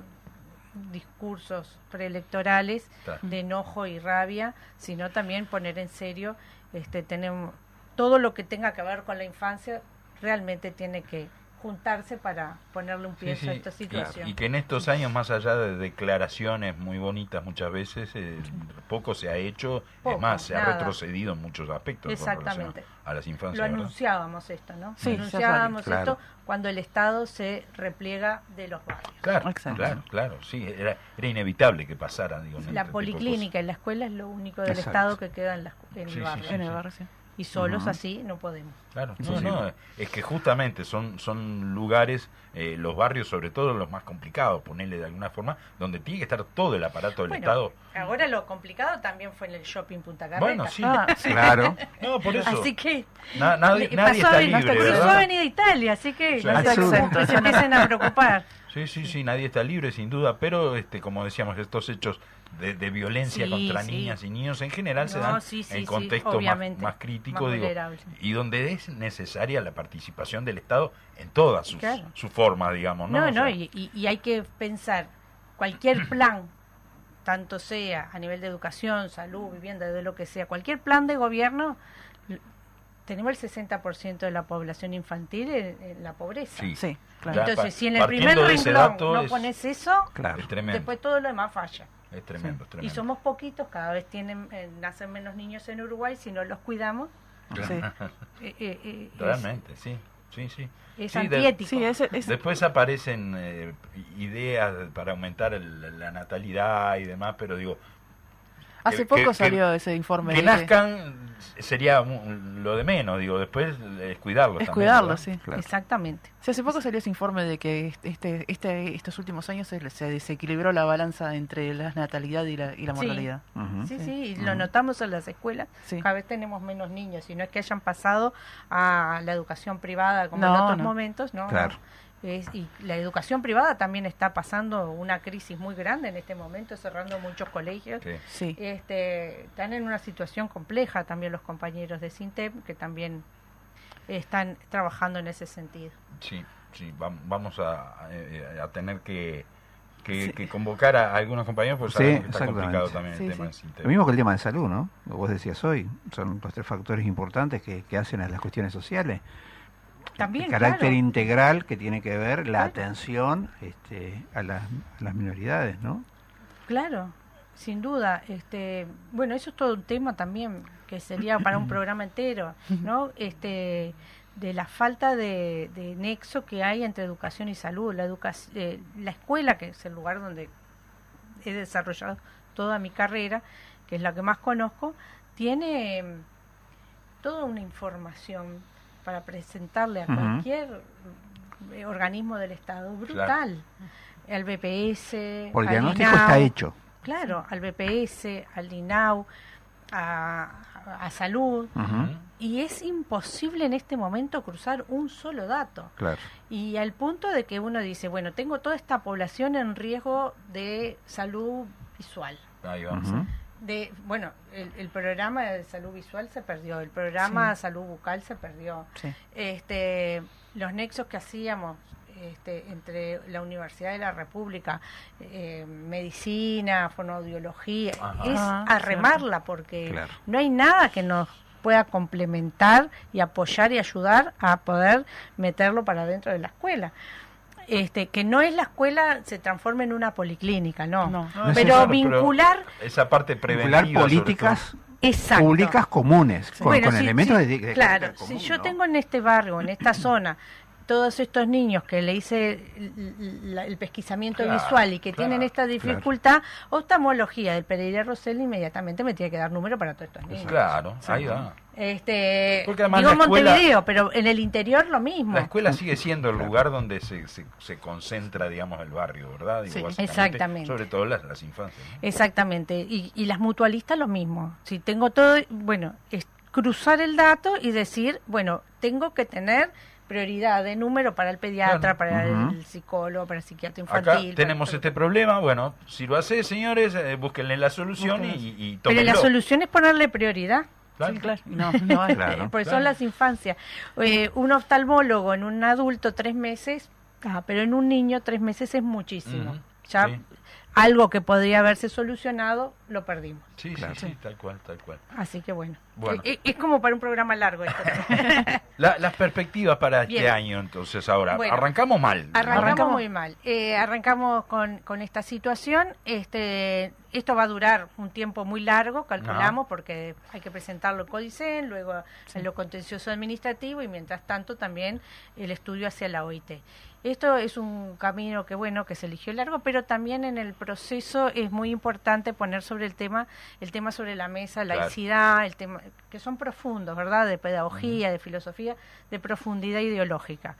discursos preelectorales claro. de enojo y rabia, sino también poner en serio, este, tenemos todo lo que tenga que ver con la infancia, realmente tiene que juntarse para ponerle un pie Sí, sí, a esta situación. Y, y que en estos años, más allá de declaraciones muy bonitas muchas veces, eh, poco se ha hecho, Poco, es más, se nada. ha retrocedido en muchos aspectos. Exactamente. A las infancias. Lo ¿verdad? anunciábamos esto, ¿no? Sí, anunciábamos claro. esto cuando el Estado se repliega de los barrios. Claro, claro, claro, sí, era, era inevitable que pasara. Digo, ¿no? La Este policlínica y la escuela es lo único del Exacto. Estado que queda en, la, en Sí, el sí, barrio. sí, En el sí. barrio, sí. Y solos Ujú. así no podemos. Claro, Sí, no, sí. no, es que justamente son son lugares, eh, los barrios, sobre todo los más complicados, ponerle de alguna forma, donde tiene que estar todo el aparato del Bueno, Estado. ahora lo complicado también fue en el shopping Punta Carreta. Bueno, sí, Ah, sí. claro. No, por eso. Así que Na- nadie- le- nadie pasó está a ven- libre, cruzó ¿verdad? Avenida Italia, así que Sí. no sé, Absolutamente. que se empiecen a preocupar. Sí, sí, sí, nadie está libre, sin duda, pero este, como decíamos, estos hechos de, de violencia Sí, contra sí. niñas y niños en general se No, dan sí, sí, en sí, contextos más, obviamente, más críticos, más digo, vulnerables. y donde es necesaria la participación del Estado en todas sus, Claro. sus formas, digamos, ¿no? No, O no, sea, y, y- y hay que pensar cualquier plan, tanto sea a nivel de educación, salud, vivienda, de lo que sea, cualquier plan de gobierno, l- tenemos el sesenta por ciento de la población infantil en, en la pobreza. Sí, Sí, claro. Entonces, pa- si en el primer partiendo de ese renglón dato no es- pones eso, Claro. Es tremendo. después todo lo demás falla. es tremendo, es Y tremendo. somos poquitos, cada vez tienen eh, nacen menos niños en Uruguay, si no los cuidamos. Sí. eh, eh, eh, es- Realmente, sí, sí, sí. es Sí, de- antiético. Sí, es- es- Después aparecen eh, ideas para aumentar el- la natalidad y demás, pero digo... Hace que- poco que- salió ese informe. Que de- nazcan sería un- lo de menos, digo, después es cuidarlos Es también, cuidarlos, ¿verdad? sí. Exactamente. Sí, hace poco salió ese informe de que este, este, estos últimos años se, se desequilibró la balanza entre la natalidad y la, y la Sí. mortalidad. Sí, sí, y lo Ujú. notamos en las escuelas. Sí. Cada vez tenemos menos niños, y no es que hayan pasado a la educación privada como en No, otros no. momentos, ¿no? Claro. no. Es- y la educación privada también está pasando una crisis muy grande en este momento, cerrando muchos colegios. Sí. Sí. Este, están en una situación compleja también los compañeros de SINTEP, que también están trabajando en ese sentido. Sí, sí, vam- vamos a, eh, a tener que, que, que convocar a algunos compañeros porque Sí, sabemos que está exactamente. complicado también Sí, el tema sí. del Sintep. Lo mismo que el tema de salud, ¿no? Lo vos decías hoy, son los tres factores importantes que, que hacen a las cuestiones sociales. También, El carácter claro. integral que tiene que ver la Claro. atención este, a, las, a las minoridades, ¿no? Claro, sin duda. Este, bueno, eso es todo un tema también que sería para un programa entero, ¿no? Este, de la falta de, de nexo que hay entre educación y salud. La educación, eh, la escuela, que es el lugar donde he desarrollado toda mi carrera, que es la que más conozco, tiene mm, toda una información para presentarle a Ujú. cualquier eh, organismo del Estado brutal. Al B P S, Por el al diagnóstico INAU, está hecho. Claro, al B P S, al INAU, a, a salud. Ujú. Y es imposible en este momento cruzar un solo dato. Claro. Y al punto de que uno dice, bueno, tengo toda esta población en riesgo de salud visual. Ahí va. Ujú. De, bueno, el, el programa de salud visual se perdió, el programa Sí. de salud bucal se perdió. Sí. Este, los nexos que hacíamos este, entre la Universidad de la República, eh, medicina, fonoaudiología, Ajá. es Ah, arremarla porque Claro. no hay nada que nos pueda complementar y apoyar y ayudar a poder meterlo para dentro de la escuela. Este, que no es la escuela se transforme en una policlínica, no. No. No, es pero eso, vincular, esa parte preventiva Vincular sobre políticas todo. exacto. públicas comunes, con, Bueno, con si- elementos si- de, de claro, carácter común, si yo ¿no? tengo en este barrio, en esta zona, todos estos niños que le hice el, la- el pesquisamiento Claro, visual y que claro, tienen esta dificultad, oftalmología del Pereira Rosell inmediatamente me tiene que dar número para todos estos niños. Claro, ahí va. Este, Porque además digo la escuela- Montevideo, pero en el interior lo mismo. La escuela sigue siendo el lugar donde se, se, se concentra, digamos, el barrio, ¿verdad? Digo, Sí. básicamente, Exactamente. Sobre todo las, las infancias. ¿no? Exactamente, y, y las mutualistas lo mismo. Si tengo todo, bueno, es cruzar el dato y decir, bueno, tengo que tener prioridad de número para el pediatra, Claro. para Ujú. el psicólogo, para el psiquiatra Acá infantil. tenemos para- este problema, bueno, si lo hace, señores, eh, búsquenle la solución y, y, y Pero la tómenlo. solución es ponerle prioridad. Claro. Sí, claro. No, no hay. Claro. Porque claro. son las infancias. Eh, un oftalmólogo en un adulto tres meses, ah, pero en un niño tres meses es muchísimo. Ujú, Ya sí. algo que podría haberse solucionado, lo perdimos. Sí, claro. sí, sí, tal cual, tal cual. Así que bueno, bueno. Es, es como para un programa largo esto. La, las perspectivas para Bien. este año, entonces, ahora, bueno, arrancamos mal. Arrancamos, ¿Arrancamos? muy mal. Eh, arrancamos con, con esta situación. Este, esto va a durar un tiempo muy largo, calculamos, Ajá. porque hay que presentarlo en Codicen, luego sí. en lo contencioso administrativo y mientras tanto también el estudio hacia la O I T. Esto es un camino que bueno que se eligió largo, pero también en el proceso es muy importante poner sobre el tema el tema sobre la mesa, la laicidad, claro. el tema que son profundos, ¿verdad? De pedagogía, uh-huh. de filosofía, de profundidad ideológica.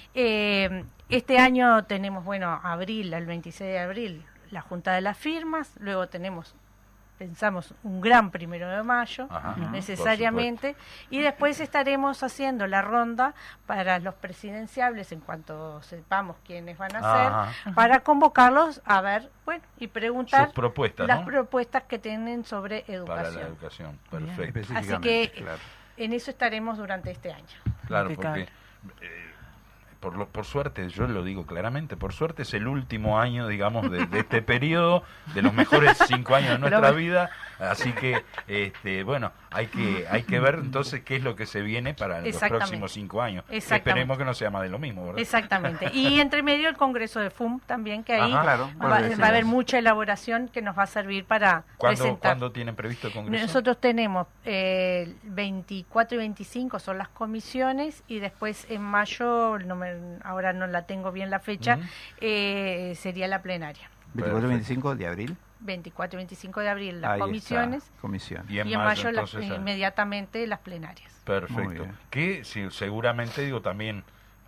Eh, este año tenemos, bueno, abril, el veintiséis de abril, la Junta de las Firmas, luego tenemos pensamos un gran primero de mayo, Ajá, necesariamente, y después estaremos haciendo la ronda para los presidenciables en cuanto sepamos quiénes van a ser, Ajá. para convocarlos a ver, bueno, y preguntar sus propuestas, las ¿no? propuestas que tienen sobre educación. Para la educación, perfecto. Así que claro. en eso estaremos durante este año. Claro, porque eh, por, lo, por suerte, yo lo digo claramente, por suerte es el último año, digamos, de, de este periodo, de los mejores cinco años de nuestra vida, así que, este, bueno, hay que hay que ver entonces qué es lo que se viene para los próximos cinco años. Esperemos que no sea más de lo mismo, ¿verdad? Exactamente. Y entre medio el Congreso de F U M también, que ahí Ajá, claro, va, va a haber mucha elaboración que nos va a servir para ¿Cuándo, presentar. ¿Cuándo tienen previsto el Congreso? Nosotros tenemos eh, veinticuatro y veinticinco son las comisiones y después en mayo, no me, ahora no la tengo bien la fecha, uh-huh. eh, sería la plenaria. veinticuatro y veinticinco de abril. veinticuatro y veinticinco de abril las Ahí comisiones está, comisión. y en, y en mayo, mayo las, inmediatamente las plenarias. Perfecto. Que sí, seguramente digo también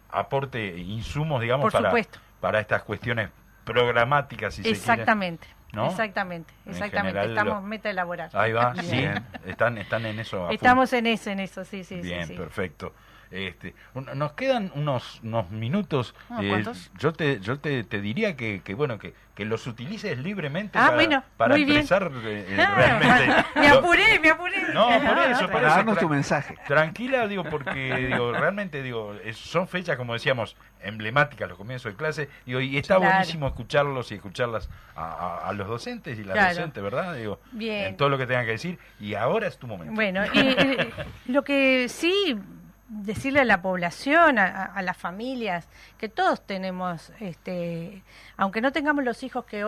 aporte insumos, digamos, Por para, supuesto. para estas cuestiones programáticas, si exactamente, se quiere. ¿No? Exactamente, exactamente. General, Estamos lo... meta elaborar. Ahí va, sí, están, están en eso. Estamos en eso, en eso, sí, sí. Bien, sí, sí. perfecto. Este, nos quedan unos unos minutos. Ah, eh, yo te yo te, te diría que, que bueno que, que los utilices libremente ah, para, bueno, para muy expresar bien. Eh, realmente. Me apuré, me apuré. No, por eso, por para eso, darnos tra- tu mensaje. Tranquila, digo, porque digo realmente digo es, son fechas como decíamos emblemáticas los comienzos de clase digo, y está claro. buenísimo escucharlos y escucharlas a, a, a los docentes y las claro. docentes, ¿verdad? Digo, bien. en todo lo que tengan que decir y ahora es tu momento. Bueno, y, y lo que sí decirle a la población, a, a las familias, que todos tenemos, este, aunque no tengamos los hijos que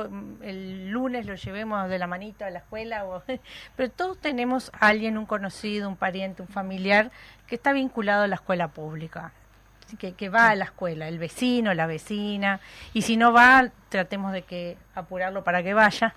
el lunes los llevemos de la manito a la escuela, o, pero todos tenemos a alguien, un conocido, un pariente, un familiar que está vinculado a la escuela pública, que, que va a la escuela, el vecino, la vecina, y si no va, tratemos de que apurarlo para que vaya,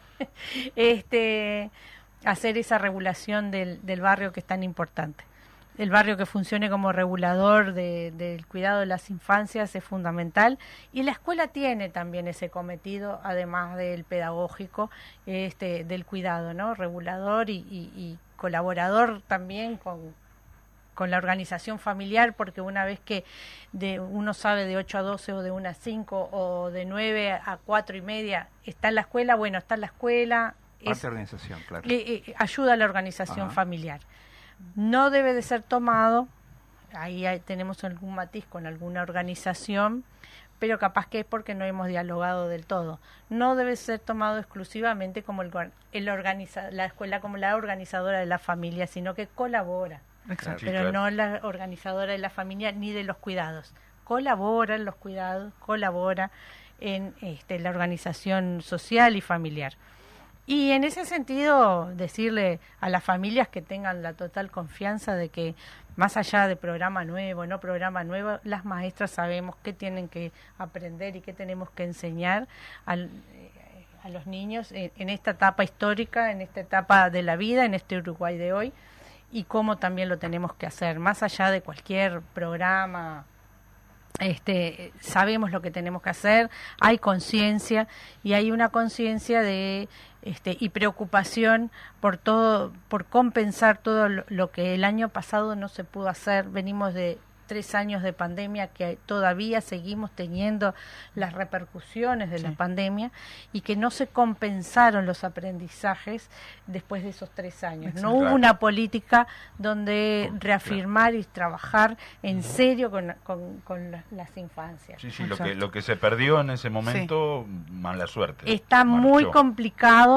este, hacer esa regulación del, del barrio que es tan importante. El barrio que funcione como regulador de, del cuidado de las infancias es fundamental y la escuela tiene también ese cometido, además del pedagógico, este, del cuidado, ¿no? Regulador y, y, y colaborador también con, con la organización familiar, porque una vez que de uno sabe de ocho a doce o de una a cinco o de nueve a cuatro y media está en la escuela, bueno, está en la escuela. Parte de organización, claro. Eh, eh, ayuda a la organización Ajá. familiar. No debe de ser tomado, ahí hay, tenemos algún matiz con alguna organización, pero capaz que es porque no hemos dialogado del todo. No debe ser tomado exclusivamente como el, el organiza, la escuela como la organizadora de la familia, sino que colabora, Exacto. pero Sí, claro. no la organizadora de la familia ni de los cuidados. Colabora en los cuidados, colabora en este, la organización social y familiar. Y en ese sentido, decirle a las familias que tengan la total confianza de que más allá de programa nuevo, no programa nuevo, las maestras sabemos qué tienen que aprender y qué tenemos que enseñar al, eh, a los niños en, en esta etapa histórica, en esta etapa de la vida, en este Uruguay de hoy, y cómo también lo tenemos que hacer, más allá de cualquier programa. Este, sabemos lo que tenemos que hacer, hay conciencia y hay una conciencia de este, y preocupación por todo, por compensar todo lo, lo que el año pasado no se pudo hacer. Venimos de tres años de pandemia que todavía seguimos teniendo las repercusiones de sí. la pandemia y que no se compensaron los aprendizajes después de esos tres años. Exacto. No hubo una política donde reafirmar y trabajar en serio con, con, con las, las infancias. Sí, sí, lo que, lo que se perdió en ese momento, sí. mala suerte. Está marchó. muy complicado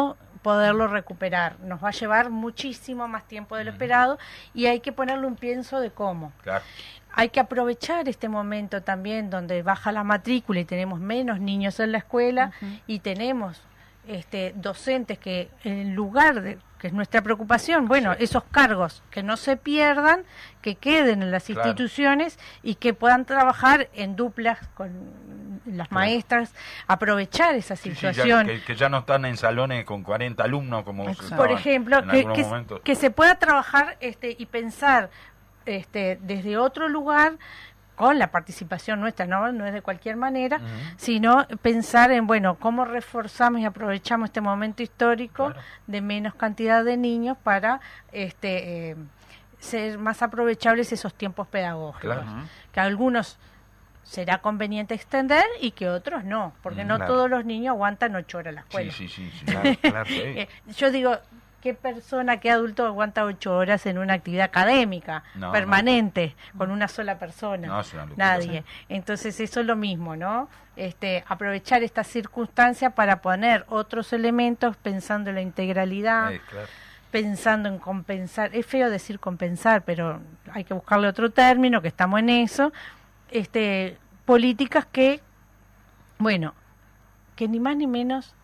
poderlo recuperar. Nos va a llevar muchísimo más tiempo de lo esperado y hay que ponerle un pienso de cómo. Claro. Hay que aprovechar este momento también donde baja la matrícula y tenemos menos niños en la escuela uh-huh. y tenemos este, docentes que en lugar de, que es nuestra preocupación, bueno, sí. esos cargos que no se pierdan, que queden en las claro. instituciones y que puedan trabajar en duplas con las claro. maestras, aprovechar esa situación. Sí, sí, ya, que, que ya no están en salones con cuarenta alumnos como por ejemplo, que, que, que se pueda trabajar este, y pensar este, desde otro lugar con la participación nuestra, no, no es de cualquier manera, uh-huh. sino pensar en, bueno, cómo reforzamos y aprovechamos este momento histórico claro. de menos cantidad de niños para este eh, ser más aprovechables esos tiempos pedagógicos, claro. que algunos será conveniente extender y que otros no, porque mm, no claro. todos los niños aguantan ocho horas la escuela. Sí, sí, sí, sí claro, claro, sí. Yo digo, ¿qué persona, qué adulto aguanta ocho horas en una actividad académica no, permanente no. con una sola persona? No, es una locura, nadie. Sí. Entonces eso es lo mismo, ¿no? Este, aprovechar esta circunstancia para poner otros elementos pensando en la integralidad, eh, claro. pensando en compensar. Es feo decir compensar, pero hay que buscarle otro término, que estamos en eso. Este, políticas que, bueno, que ni más ni menos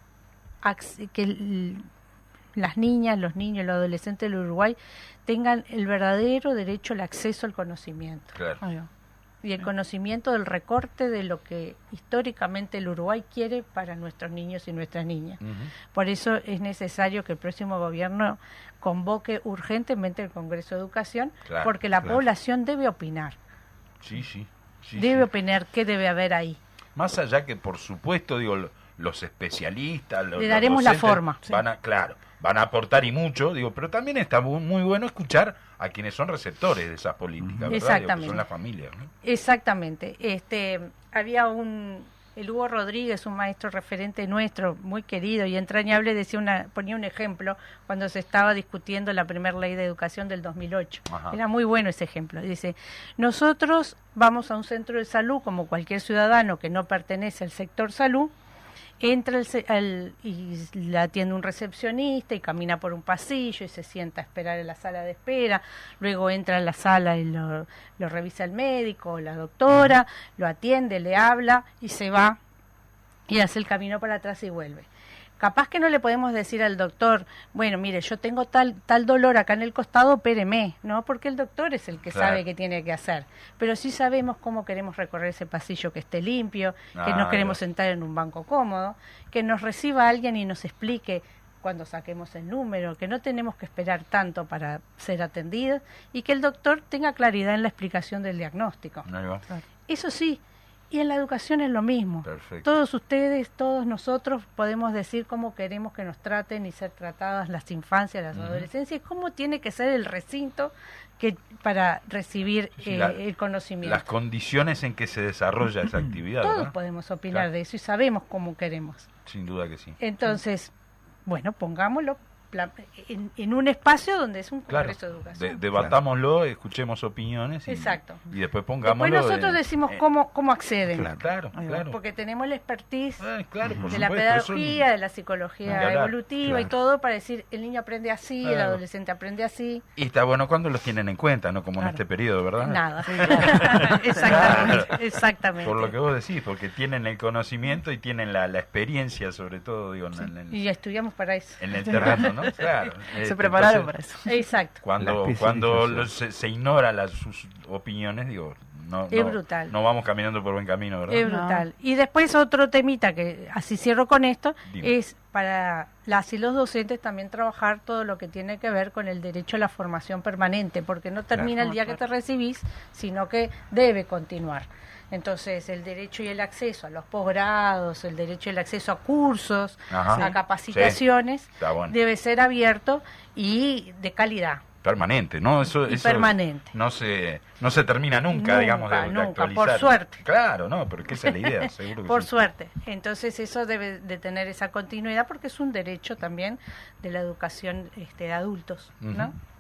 que el, las niñas, los niños, los adolescentes del Uruguay tengan el verdadero derecho al acceso al conocimiento. Claro. Y el conocimiento del recorte de lo que históricamente el Uruguay quiere para nuestros niños y nuestras niñas. Uh-huh. Por eso es necesario que el próximo gobierno convoque urgentemente el Congreso de Educación, claro, porque la claro. población debe opinar. Sí, sí. sí debe sí. opinar qué debe haber ahí. Más allá que, por supuesto, digo, los especialistas, los, le daremos los la forma. Van a, claro, van a aportar y mucho, digo, pero también está muy, muy bueno escuchar a quienes son receptores de esas políticas, ¿verdad? Exactamente. Digo, que son las familias, ¿no? Exactamente. Este, había un, el Hugo Rodríguez, un maestro referente nuestro, muy querido y entrañable, decía una, ponía un ejemplo cuando se estaba discutiendo la primera ley de educación del dos mil ocho. Ajá. Era muy bueno ese ejemplo. Dice, nosotros vamos a un centro de salud como cualquier ciudadano que no pertenece al sector salud, entra el, el, y la atiende un recepcionista y camina por un pasillo y se sienta a esperar en la sala de espera, luego entra a la sala y lo, lo revisa el médico o la doctora, lo atiende, le habla y se va y hace el camino para atrás y vuelve. Capaz que no le podemos decir al doctor, bueno, mire, yo tengo tal tal dolor acá en el costado, opéreme, ¿no? Porque el doctor es el que claro. sabe qué tiene que hacer. Pero sí sabemos cómo queremos recorrer ese pasillo, que esté limpio, ah, que no queremos Dios. sentar en un banco cómodo, que nos reciba alguien y nos explique cuando saquemos el número, que no tenemos que esperar tanto para ser atendidos y que el doctor tenga claridad en la explicación del diagnóstico. Claro. Eso sí. Y en la educación es lo mismo. Perfecto. Todos ustedes, todos nosotros podemos decir cómo queremos que nos traten y ser tratadas las infancias, las uh-huh. adolescencias, y cómo tiene que ser el recinto que para recibir sí, eh, la, el conocimiento. Las condiciones en que se desarrolla esa actividad. Todos ¿verdad? podemos opinar claro. de eso y sabemos cómo queremos. Sin duda que sí. Entonces, bueno, pongámoslo En, en un espacio donde es un congreso claro, de educación. De, debatámoslo, escuchemos opiniones y, exacto. y después pongámoslo. Después nosotros de, decimos eh, cómo cómo acceden. Claro, claro, claro. Porque tenemos la expertise eh, claro, de supuesto, la pedagogía, eso, de la psicología hablar, evolutiva claro. y todo para decir el niño aprende así, claro. el adolescente aprende así. Y está bueno cuando los tienen en cuenta, no como claro. en este periodo, ¿verdad? Nada. Sí, claro. exactamente, claro. exactamente. Por lo que vos decís, porque tienen el conocimiento y tienen la, la experiencia, sobre todo, digo, sí. en el, y estudiamos para eso. En el terreno, ¿no? Claro. Se prepararon Entonces, para eso. Exacto. Cuando cuando los, se, se ignora las, sus opiniones, digo, no, es no, brutal. No vamos caminando por buen camino, ¿verdad? Es brutal. No. Y después otro temita, que así cierro con esto, Dime. es para las y los docentes también trabajar todo lo que tiene que ver con el derecho a la formación permanente, porque no termina claro, el día claro. que te recibís, sino que debe continuar. Entonces, el derecho y el acceso a los posgrados, el derecho y el acceso a cursos, Ajá. a capacitaciones, sí. bueno. debe ser abierto y de calidad. Permanente, ¿no? Eso, y eso permanente. No se, no se termina nunca, nunca digamos, de, nunca, de actualizar. Por suerte. Claro, no, pero que esa es la idea, seguro que Por sí. suerte. Entonces, eso debe de tener esa continuidad porque es un derecho también de la educación este, de adultos, ¿no? Uh-huh.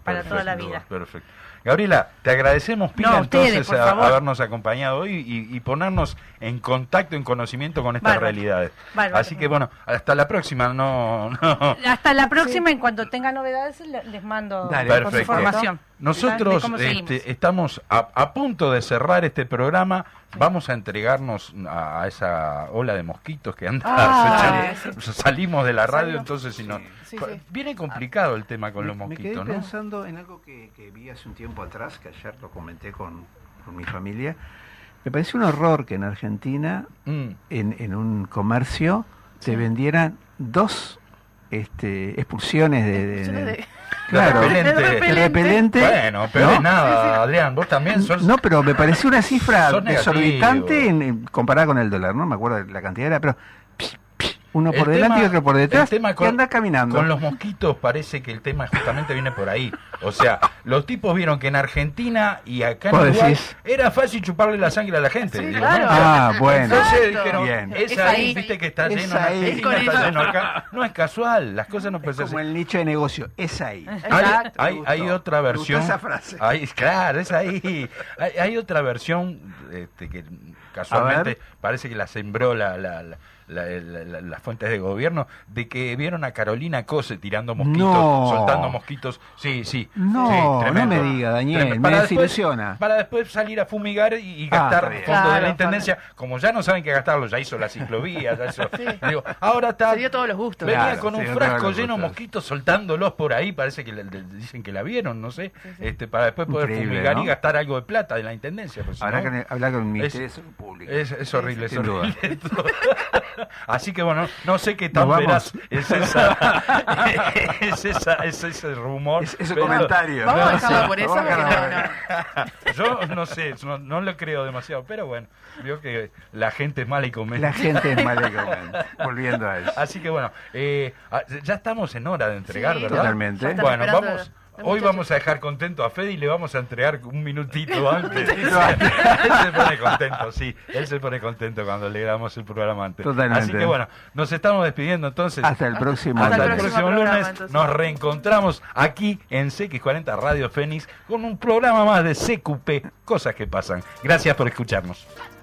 para Perfecto, toda la vida. Perfecto. Gabriela, te agradecemos pila no, ustedes, entonces por a, favor. habernos acompañado hoy y, y ponernos en contacto, en conocimiento con estas Bárbaro. realidades. Bárbaro. Así que bueno, hasta la próxima. No, no. Hasta la próxima, sí. En cuanto tenga novedades le- les mando Dale, con perfecto. información. Nosotros de cómo seguimos. este, estamos a, a punto de cerrar este programa. Sí. Vamos a entregarnos a, a esa ola de mosquitos que anda Ah, acechando. sí. Salimos de la radio, Salud. entonces si no... Sí, pa- sí. Viene complicado el tema con Me- los Me mosquitos, quedé ¿no? pensando en algo que, que vi hace un tiempo atrás, que ayer lo comenté con, con mi familia. Me pareció un horror que en Argentina, Mm. en, en un comercio, Sí. se vendieran dos este, expulsiones de... de- Expulsiones de- de- claro, De repelente. de repelente. Bueno, pero ¿no? es nada, Adrián, vos también sos... No, pero me pareció una cifra Sos desorbitante negativo. en, en- comparada con el dólar, ¿no? Me acuerdo de la cantidad era, pero psh, psh, uno El por delante tema- y otro por el detrás, tema y con- anda caminando. Con los mosquitos parece que el tema justamente viene por ahí. O sea, los tipos vieron que en Argentina y acá en ¿Vos Uruguay decís? era fácil chuparle la sangre a la gente. Sí, digo, claro. ¿no? Ah, bueno. Entonces Exacto. dijeron, Bien. es Es ahí, ahí. viste que está Es lleno en ahí. Argentina, Es con está eso. lleno acá. No es casual, las cosas no Es pueden ser como así. el nicho de negocio, es ahí. Hay, Exacto. hay, Me gustó. hay otra Me gustó versión. esa frase. Hay, claro, es ahí. Hay, hay otra versión este, que casualmente parece que la sembró la, la, la, la- la- la- las fuentes de gobierno, de que vieron a Carolina Cose tirando mosquitos, No. soltando mosquitos. Sí, sí. No, sí, no tremendo. me diga, Daniel, Tremendo. me Para después- desilusiona. Para después salir a fumigar y, y Ah, gastar está bien. fondos de Claro, la intendencia. Como ya no saben qué gastarlo, ya hizo la ciclovía, ya hizo. Sí. Digo, ahora está. Se dio todos los gustos. Venía Claro, con sí, un no frasco todos los lleno de gustos. mosquitos soltándolos por ahí, parece que le- le- dicen que la vieron, no sé, Sí, sí. este para después poder Increíble, fumigar ¿no? y gastar algo de plata de la intendencia. Pues, si Habrá no, que hablar con el Ministerio es- de Salud Pública. es, es horrible, es Sin duda. horrible. Así que bueno, no sé qué tan Nos veraz vamos. es esa, es esa, es ese rumor. Es- ese pero- comentario. Vamos a no dejarlo sé. por eso, Vamos a porque no, dejarlo. no. Yo no sé, no, no lo creo demasiado, pero bueno, veo que la gente es mala y convence. La gente es mala y convence. Volviendo a eso. Así que bueno, eh, ah, ya estamos en hora de entregar, Sí, ¿verdad? Totalmente. ya están Bueno, esperando vamos. los Hoy muchachos. vamos a dejar contento a Fede y le vamos a entregar un minutito antes. minutito antes. Él se pone contento, sí. Él se pone contento cuando le damos el programa antes. Totalmente. Así que bueno, nos estamos despidiendo entonces. Hasta el próximo Hasta el lunes. próximo programa, lunes. entonces. Nos reencontramos aquí en C X cuarenta Radio Fénix con un programa más de C Q P, cosas que pasan. Gracias por escucharnos.